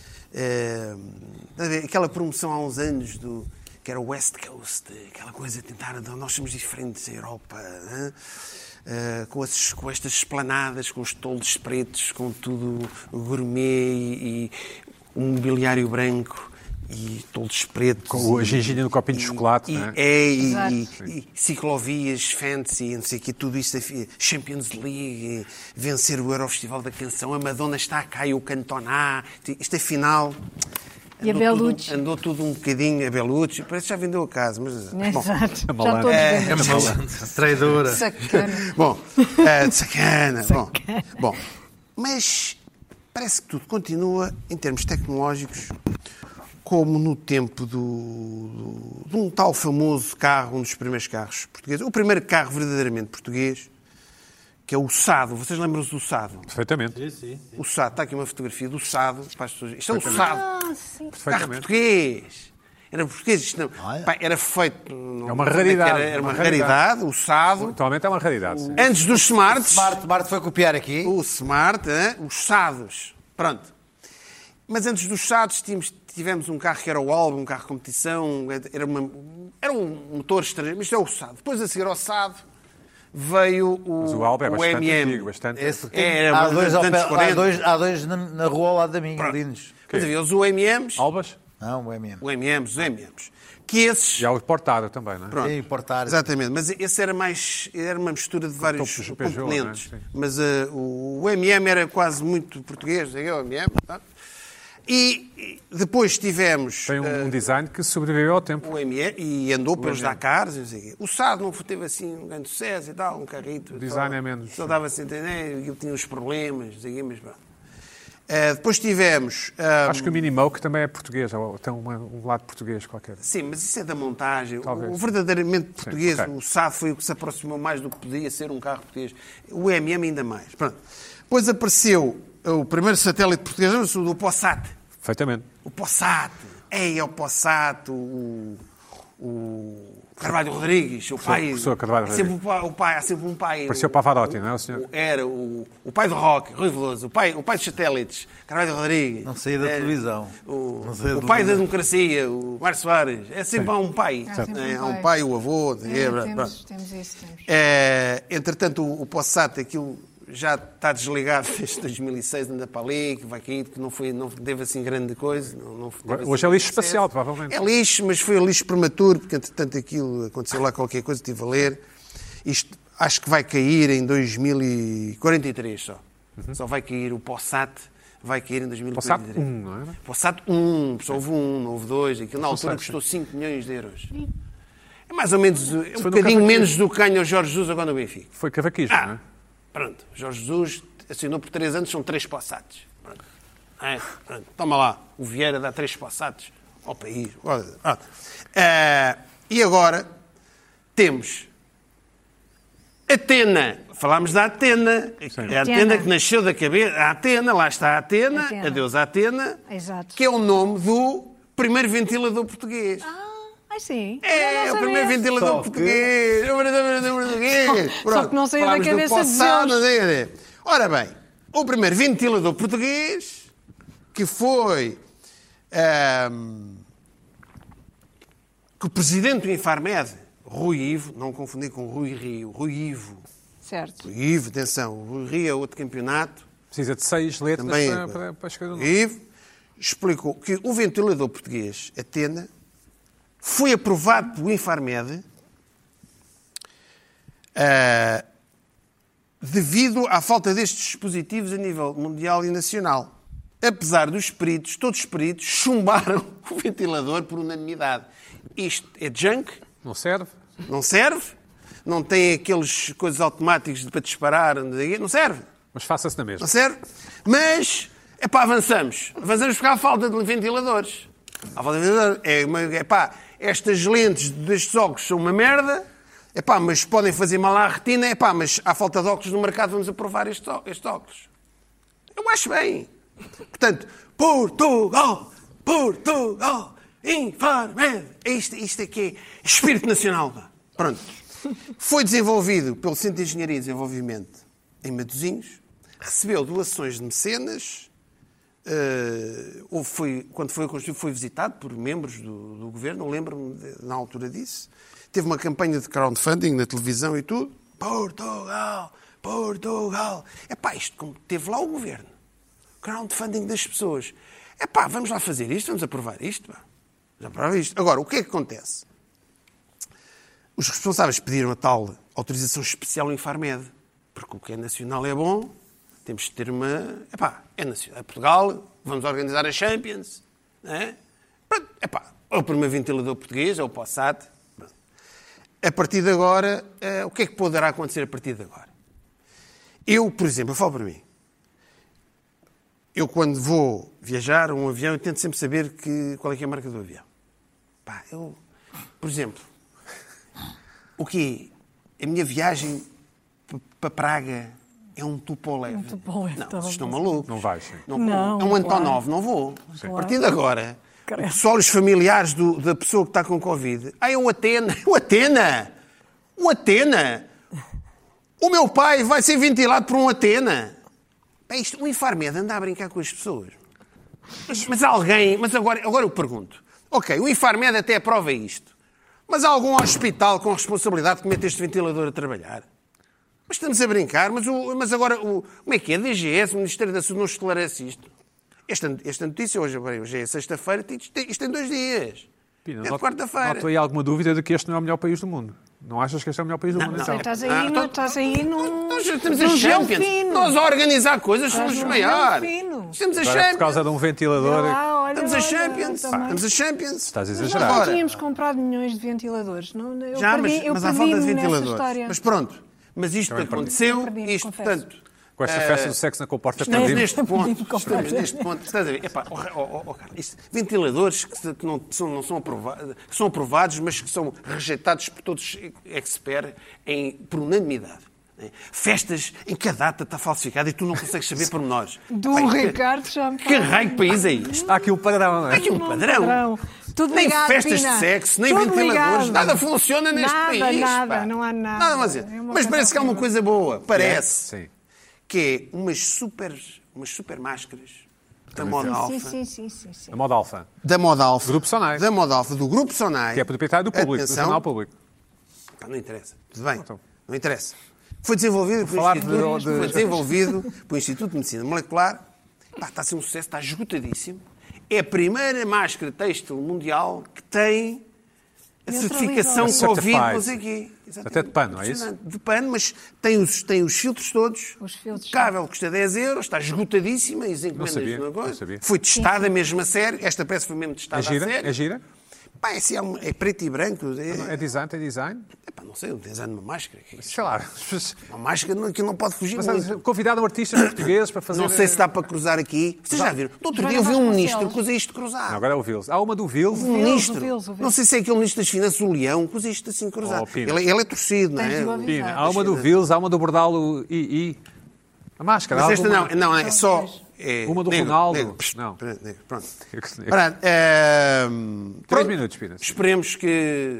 Eh, aquela promoção há uns anos do, que era o West Coast, aquela coisa de tentar, nós somos diferentes da Europa, hein? Uh, com, esses, com estas esplanadas, com os toldos pretos, com tudo gourmet e, e um mobiliário branco e toldos pretos.
Com a ginginha no copinho de chocolate,
E,
não é?
é, e,
Exato.
e, e ciclovias fancy, não sei o quê, tudo isto, Champions League, vencer o Eurofestival da Canção, a Madonna está cá e o Cantona, isto afinal...
E a
andou
Bellucci.
Tudo, andou tudo um bocadinho, a Bellucci, parece que já vendeu a casa, mas... Bom,
Exato. Já
malandro.
todos
É,
vendo.
Traidora.
Sacana.
Bom, eh, de sacana. Bom, bom, mas parece que tudo continua, em termos tecnológicos, como no tempo do, do, de um tal famoso carro, um dos primeiros carros portugueses. O primeiro carro verdadeiramente português, que é o Sado. Vocês lembram-se do Sado?
Perfeitamente.
O Sado, está aqui uma fotografia do Sado para as pessoas. Isto é o Sado,
Ah, sim.
carro
Perfeitamente.
português. Era português, isto não.
Olha.
Pá, era feito. não-
É uma
como que
raridade,
Era, era uma,
uma
raridade,
raridade.
o Sado.
Atualmente é uma raridade. Sim.
Antes dos Smarts.
Smart, Smart foi copiar aqui.
O Smart, hein? Os Sados. Pronto. Mas antes dos S A Ds tínhamos, tivemos um carro que era o Alba, um carro de competição, era, uma, era um motor estrangeiro, mas isto é o S A D. Depois a seguir ao S A D veio o,
Mas o Alba é
o
bastante
M M.
antigo, bastante.
Esse que-
É,
há, dois ao
dos
pé-
anos quarenta.
há dois, há dois na, na rua ao lado da minha, lindos.
Mas havia os U M Ms,
Albas?
Não, o M M.
o M Ms, os M Ms, que esses...
E há o portado também, não é?
Pronto.
Sim, portar.
Exatamente, mas esse era mais era uma mistura de vários
topo do Peugeot,
componentes.
não é? Sim.
Mas uh, o, o M M era quase muito português, é o M M. Tá? E, e depois tivemos
Tem um,
uh,
um design que sobreviveu ao tempo.
o M M e andou pelos
M M.
Dakars. Não sei o quê. O S A D não teve assim um grande sucesso e tal, um carrito.
O design
só,
é menos.
Só dava-se a entender, ele tinha uns problemas, não sei o quê, mas pronto. Uh, depois tivemos. uh,
Acho que o Minimoke também é português, ou tem uma- um lado português qualquer.
Sim, mas isso é da montagem.
Talvez.
O, o verdadeiramente português,
ok.
o S A D foi o que se aproximou mais do que podia ser um carro português. O M M ainda mais. Pronto. Depois apareceu o primeiro satélite português, o do Possat.
Perfeitamente.
O Possat. Ei, é o Possat, o, o Carvalho Rodrigues, o pai...
professor Carvalho
é sempre o pai, o pai, há sempre um pai...
Parecia o Pavarotti, não é, o senhor?
Era o, o pai do rock, Rui Veloso, o pai, o pai dos satélites, Carvalho Rodrigues.
Não saía da
É,
televisão.
O,
Não saía da
o pai da
televisão.
democracia, o Mário Soares. É sempre há um pai.
Há sempre um
É, há um
pai.
pai, o avô. não sei o quê,
É,
pronto.
temos, temos isso, temos.
É, entretanto, o, o Possat, aquilo já está desligado desde dois mil e seis, anda para ali, que vai cair, que não, foi, não teve assim grande coisa. Não, não teve
Hoje
assim
é lixo
sucesso.
espacial, provavelmente.
É lixo, mas foi lixo prematuro, porque entretanto aquilo aconteceu lá qualquer coisa, estive a ler. Isto acho que vai cair em dois mil e quarenta e três só. Só vai cair o Possat, vai cair em dois mil e quarenta e três.
Possat um, não é?
Possat um, só houve um, não houve dois. Aquilo na altura
sei,
custou cinco milhões de euros. É mais ou menos, é um
Foi no
bocadinho
Cavaquinho.
menos do que ganha o Jorge Jesus agora no Benfica.
Foi cavaquismo, não é?
Ah, pronto, Jorge Jesus assinou por três anos, são três Possats. Pronto. É, pronto. Toma lá, o Vieira dá três Possats ao país. Olha, pronto. Ah, e agora temos Atena. Falámos da Atena. É a Atena
Atena.
que nasceu da cabeça. A Atena, lá está a Atena,
Atena.
a deusa Atena,
Exato.
que é o nome do primeiro ventilador português.
Ah, ai sim. Eu
É,
não
o
sabia.
primeiro ventilador
Só que-
português. O primeiro ventilador português.
Só que não saiu da
Falámos do
cabeça de
Possat,
Deus.
não sei. Ora bem, o primeiro ventilador português, que foi ahm, que o presidente do Infarmed, Rui Ivo, não confundir com Rui Rio, Rui Ivo.
Certo.
Rui Ivo, atenção, o Rui Rio é outro campeonato.
Precisa de seis letras
Também
para, para, para escrever o nome.
Ivo explicou que o ventilador português, Atena, foi aprovado pelo Infarmed ah, devido à falta destes dispositivos a nível mundial e nacional. Apesar dos peritos, todos os peritos chumbaram o ventilador por unanimidade. Isto é junk,
Não serve?
não serve, não tem aqueles coisas automáticos para disparar, não serve.
Mas faça-se na mesma.
Não serve? Mas, epá, avançamos. Avançamos porque há falta de ventiladores. Há falta de ventiladores. É uma, epá, estas lentes destes óculos são uma merda, epá, mas podem fazer mal à retina, epá, mas há falta de óculos no mercado, vamos aprovar estes, ó- estes óculos. Eu acho bem. Portanto, Portugal, Portugal, Infarmed. Isto, isto aqui é espírito nacional. Pá. Pronto. Foi desenvolvido pelo Centro de Engenharia e Desenvolvimento em Matosinhos, recebeu doações de mecenas, uh, ou foi, quando foi construído foi visitado por membros do, do governo, lembro-me de- na altura disso. Teve uma campanha de crowdfunding na televisão e tudo. Portugal, Portugal. Epá, isto como teve lá o governo. Crowdfunding das pessoas. Epá, vamos lá fazer isto, vamos aprovar isto. Pá. Vamos aprovar isto. Agora, o que é que acontece? Os responsáveis pediram a tal autorização especial em Infarmed, porque o que é nacional é bom, temos de ter uma... Epá, é nacional. É Portugal, vamos organizar a Champions. Não é? Pronto, epá, é o primeiro ventilador português, é o Possat. Pronto. A partir de agora, eh, o que é que poderá acontecer a partir de agora? Eu, por exemplo, eu falo para mim. Eu, quando vou viajar a um avião, eu tento sempre saber que, qual é que é a marca do avião. Pá, eu, por exemplo, o quê? A minha viagem p- para Praga é um Tupolev.
Um Tupolev,
Não,
estava
vocês estão
a pensar.
malucos.
Não vais, sim.
Não, vou.
Não,
É um Antonov,
claro.
não vou.
Claro.
A partir de agora,
Credo.
o pessoal, os familiares do- da pessoa que está com Covid, ah, é o Atena. O Atena! O Atena! O meu pai vai ser ventilado por um Atena. Pá, isto, o Infarmed anda a brincar com as pessoas. Mas, mas alguém... Mas agora, agora eu pergunto. Ok, o Infarmed até aprova isto. Mas há algum hospital com responsabilidade que mete este ventilador a trabalhar? Mas estamos a brincar. Mas, o, mas agora, o, como é que é? D G S, o Ministério da Saúde, não esclarece isto? Esta, esta notícia, hoje, hoje é sexta-feira, isto, isto tem dois dias.
Pina,
é
not-
quarta-feira.
Noto aí alguma dúvida de que este não é o melhor país do mundo. Não achas que este é o melhor país do
Não,
mundo?
não.
então?
Estás aí,
Ah,
no,
então-
estás aí num...
Nós estamos
num
a
gel
Champions.
fino.
Nós a organizar coisas somos
Estás
os
num
maiores.
gel fino.
Estamos a
Agora, por
Champions.
causa de um ventilador...
Olha lá, olha,
Estamos a
olha,
Champions.
também.
Estamos a Champions.
Estás a
Nós
exagerar.
já
Agora-
tínhamos comprado milhões de ventiladores. Não, eu
Já,
perdi,
mas,
eu
mas há
perdi-me
falta de
nessa
ventiladores.
história.
Mas pronto. Mas isto
Também perdi.
aconteceu.
Perdi,
Isto,
confesso.
portanto...
Com esta
eh,
festa do sexo na comporta,
Não,
Estamos
perdimos.
neste ponto,
Perdi-me
estamos
completamente.
neste ponto, estás a ver? Epá, oh, oh, oh, cara, isto- ventiladores que, se- que não, são, não são, aprovados, que são aprovados, mas que são rejeitados por todos os experts em, por unanimidade. Né? Festas em que a data está falsificada e tu não consegues saber pormenores.
Do
Pá, que-
Ricardo já me
Que raio de país é isto?
Há aqui um padrão, não é?
Há aqui um padrão.
padrão. Tudo
Nem
ligado,
festas
Pina.
de sexo, nem
Tudo
ventiladores,
ligado.
nada funciona neste
Nada,
país.
nada,
pá.
não há nada.
Nada a dizer.
É uma
Mas
coisa
parece que há uma
horrível.
coisa boa. Parece.
Sim.
Que é umas super, umas super máscaras da moda
Sim,
alfa.
sim, sim, sim, sim.
A moda alfa.
Da moda alfa.
Grupo Sonai.
Da moda alfa, do Grupo Sonai.
Que é proprietário do público, do
Atenção.
jornal público.
Pá, não interessa. Tudo bem.
Então.
Não interessa. Foi desenvolvido pelo
falar
Instituto,
de- de-
foi desenvolvido pelo Instituto de Medicina Molecular. Pá, está a ser um sucesso, está esgotadíssimo. É a primeira máscara têxtil mundial que tem a certificação
Neutralizado.
Covid.
Certified.
Não sei o quê. Exatamente.
Até de pano, é isso?
Impressionante. De pano, mas tem os, tem os filtros todos.
Os filtros.
Impecável, custa dez euros, está esgotadíssima. As encomendas
sabia,
no
não
negócio.
sabia.
Foi testada mesmo a sério. Esta peça foi mesmo testada
É gira?
a sério.
É gira?
Pá, é, assim, é, um- é preto e branco. É,
É design? Tem design?
é, pá, não sei, um design de uma máscara. Que é isso?
Sei lá.
Uma máscara não- que não pode fugir
Mas
muito.
convidaram artistas portugueses para fazer...
Não sei se dá para cruzar aqui. Vocês já viram? No outro
Joana
dia eu vi um
Vasconcelos.
ministro que usa isto cruzado.
Não, agora é o Vils. Há uma do Vils.
Um
Vils,
ministro.
o Vils, o Vils.
Não sei se é aquele ministro das Finanças, o Leão, que usa isto assim cruzado.
Oh, Pina.
ele, ele é torcido, não
Tens de o
é?
avisar.
Pina, há uma do Vils, há uma do Bordalo I I. A máscara.
Mas
há
esta
alguma-
não, não, é só. É,
Uma do
negro,
Ronaldo.
negro. Psst,
Não.
pera, negro, Pronto.
Negro.
Pronto, eh,
Três
pronto.
minutos, Pina.
Esperemos que.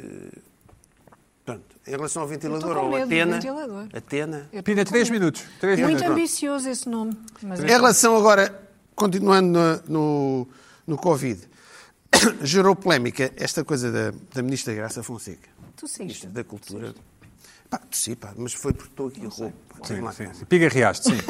Pronto, em relação ao ventilador,
Eu estou com
ou
medo do
Atena.
ventilador.
Atena.
Eu
Pina,
estou
três
com medo.
minutos. Três
Muito
minutos.
ambicioso esse nome. Mas
Em
é-
relação agora, continuando no, no, no Covid, gerou polémica esta coisa da, da Ministra Graça Fonseca.
Tu seguiste.
Ministra da Cultura. Pá, tossi, pá, mas foi porque estou aqui roubo.
Sim, sim, sim. Pigarreaste, sim.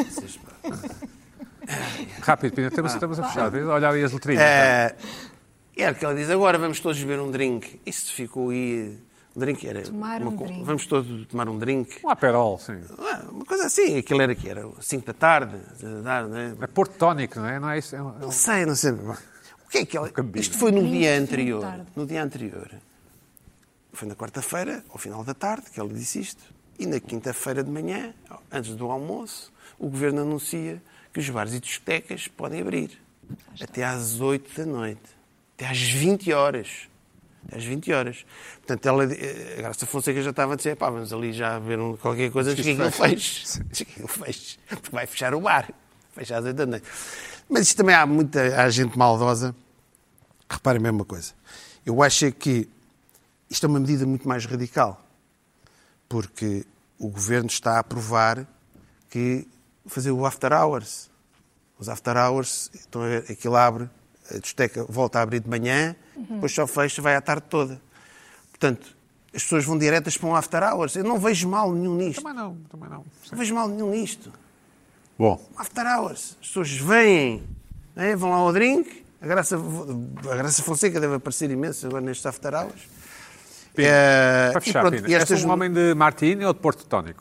Rápido, Pina, estamos, estamos a fechar. Olha aí as letrinhas.
É, era que ela diz, agora vamos todos beber um drink. Isso ficou aí... Um drink era...
Tomar
uma
um
co-
drink.
Vamos todos tomar um drink.
Um aperol, sim.
Ah, uma coisa assim, aquilo era que era cinco da tarde. da tarde, não é?
É Porto Tónico, não é? Não é isso? É um- é um-
Não sei, não sei. O que é que ela...
Cambinho.
Isto foi no
Cambinho
dia
de fim de
anterior.
tarde.
No dia anterior. Foi na quarta-feira, ao final da tarde, que ela disse isto. E na quinta-feira de manhã, antes do almoço, o Governo anuncia que os bares e discotecas podem abrir. Até às oito da noite. Até às vinte horas. Às vinte horas. Portanto, ela, a Graça Fonseca já estava a dizer, pá, vamos ali já ver um- qualquer coisa antes que aquilo feche. Antes que aquilo feche. Porque vai fechar o bar. Fecha às oito da noite. Mas isto também há muita há gente maldosa. Reparem bem uma coisa. Eu acho é que isto é uma medida muito mais radical. Porque o Governo está a aprovar que fazer o after hours. Os after hours, então aquilo abre, a discoteca volta a abrir de manhã, depois só fecha, vai à tarde toda. Portanto, as pessoas vão diretas para um after hours. Eu não vejo mal nenhum nisto.
Também não, também não.
Não vejo mal nenhum nisto.
Bom,
Um after hours. As pessoas vêm, não é? Vão lá ao drink. A Graça, a Graça Fonseca deve aparecer imenso agora nestes after hours. É,
para
e
fechar,
pronto,
Pina,
e
és
estas-
um homem de Martini ou de Porto Tónico?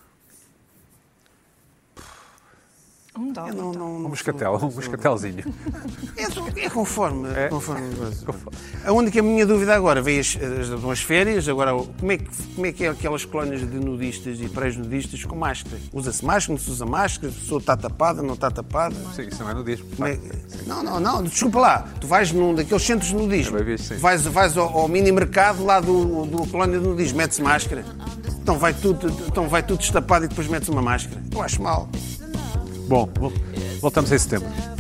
Um dólar.
Eu não, não,
Um
não
moscatel,
sou-
um moscatelzinho.
É, é conforme. É? conforme a única minha dúvida agora, veio as, as, as férias, agora como é, que, como é que é aquelas colónias de nudistas e pré-nudistas com máscara? Usa-se máscara, não se usa máscara? A pessoa está tapada, não está tapada?
Sim, isso não é nudismo.
Como é- Não, não, não, desculpa lá. Tu vais num daqueles centros de nudismo,
É bem visto, sim.
vais, vais ao, ao mini-mercado lá do, do colónia de nudismo, metes máscara. Então vai, tudo, então vai tudo destapado e depois metes uma máscara. Eu acho mal.
Bom, vol- voltamos a esse tema.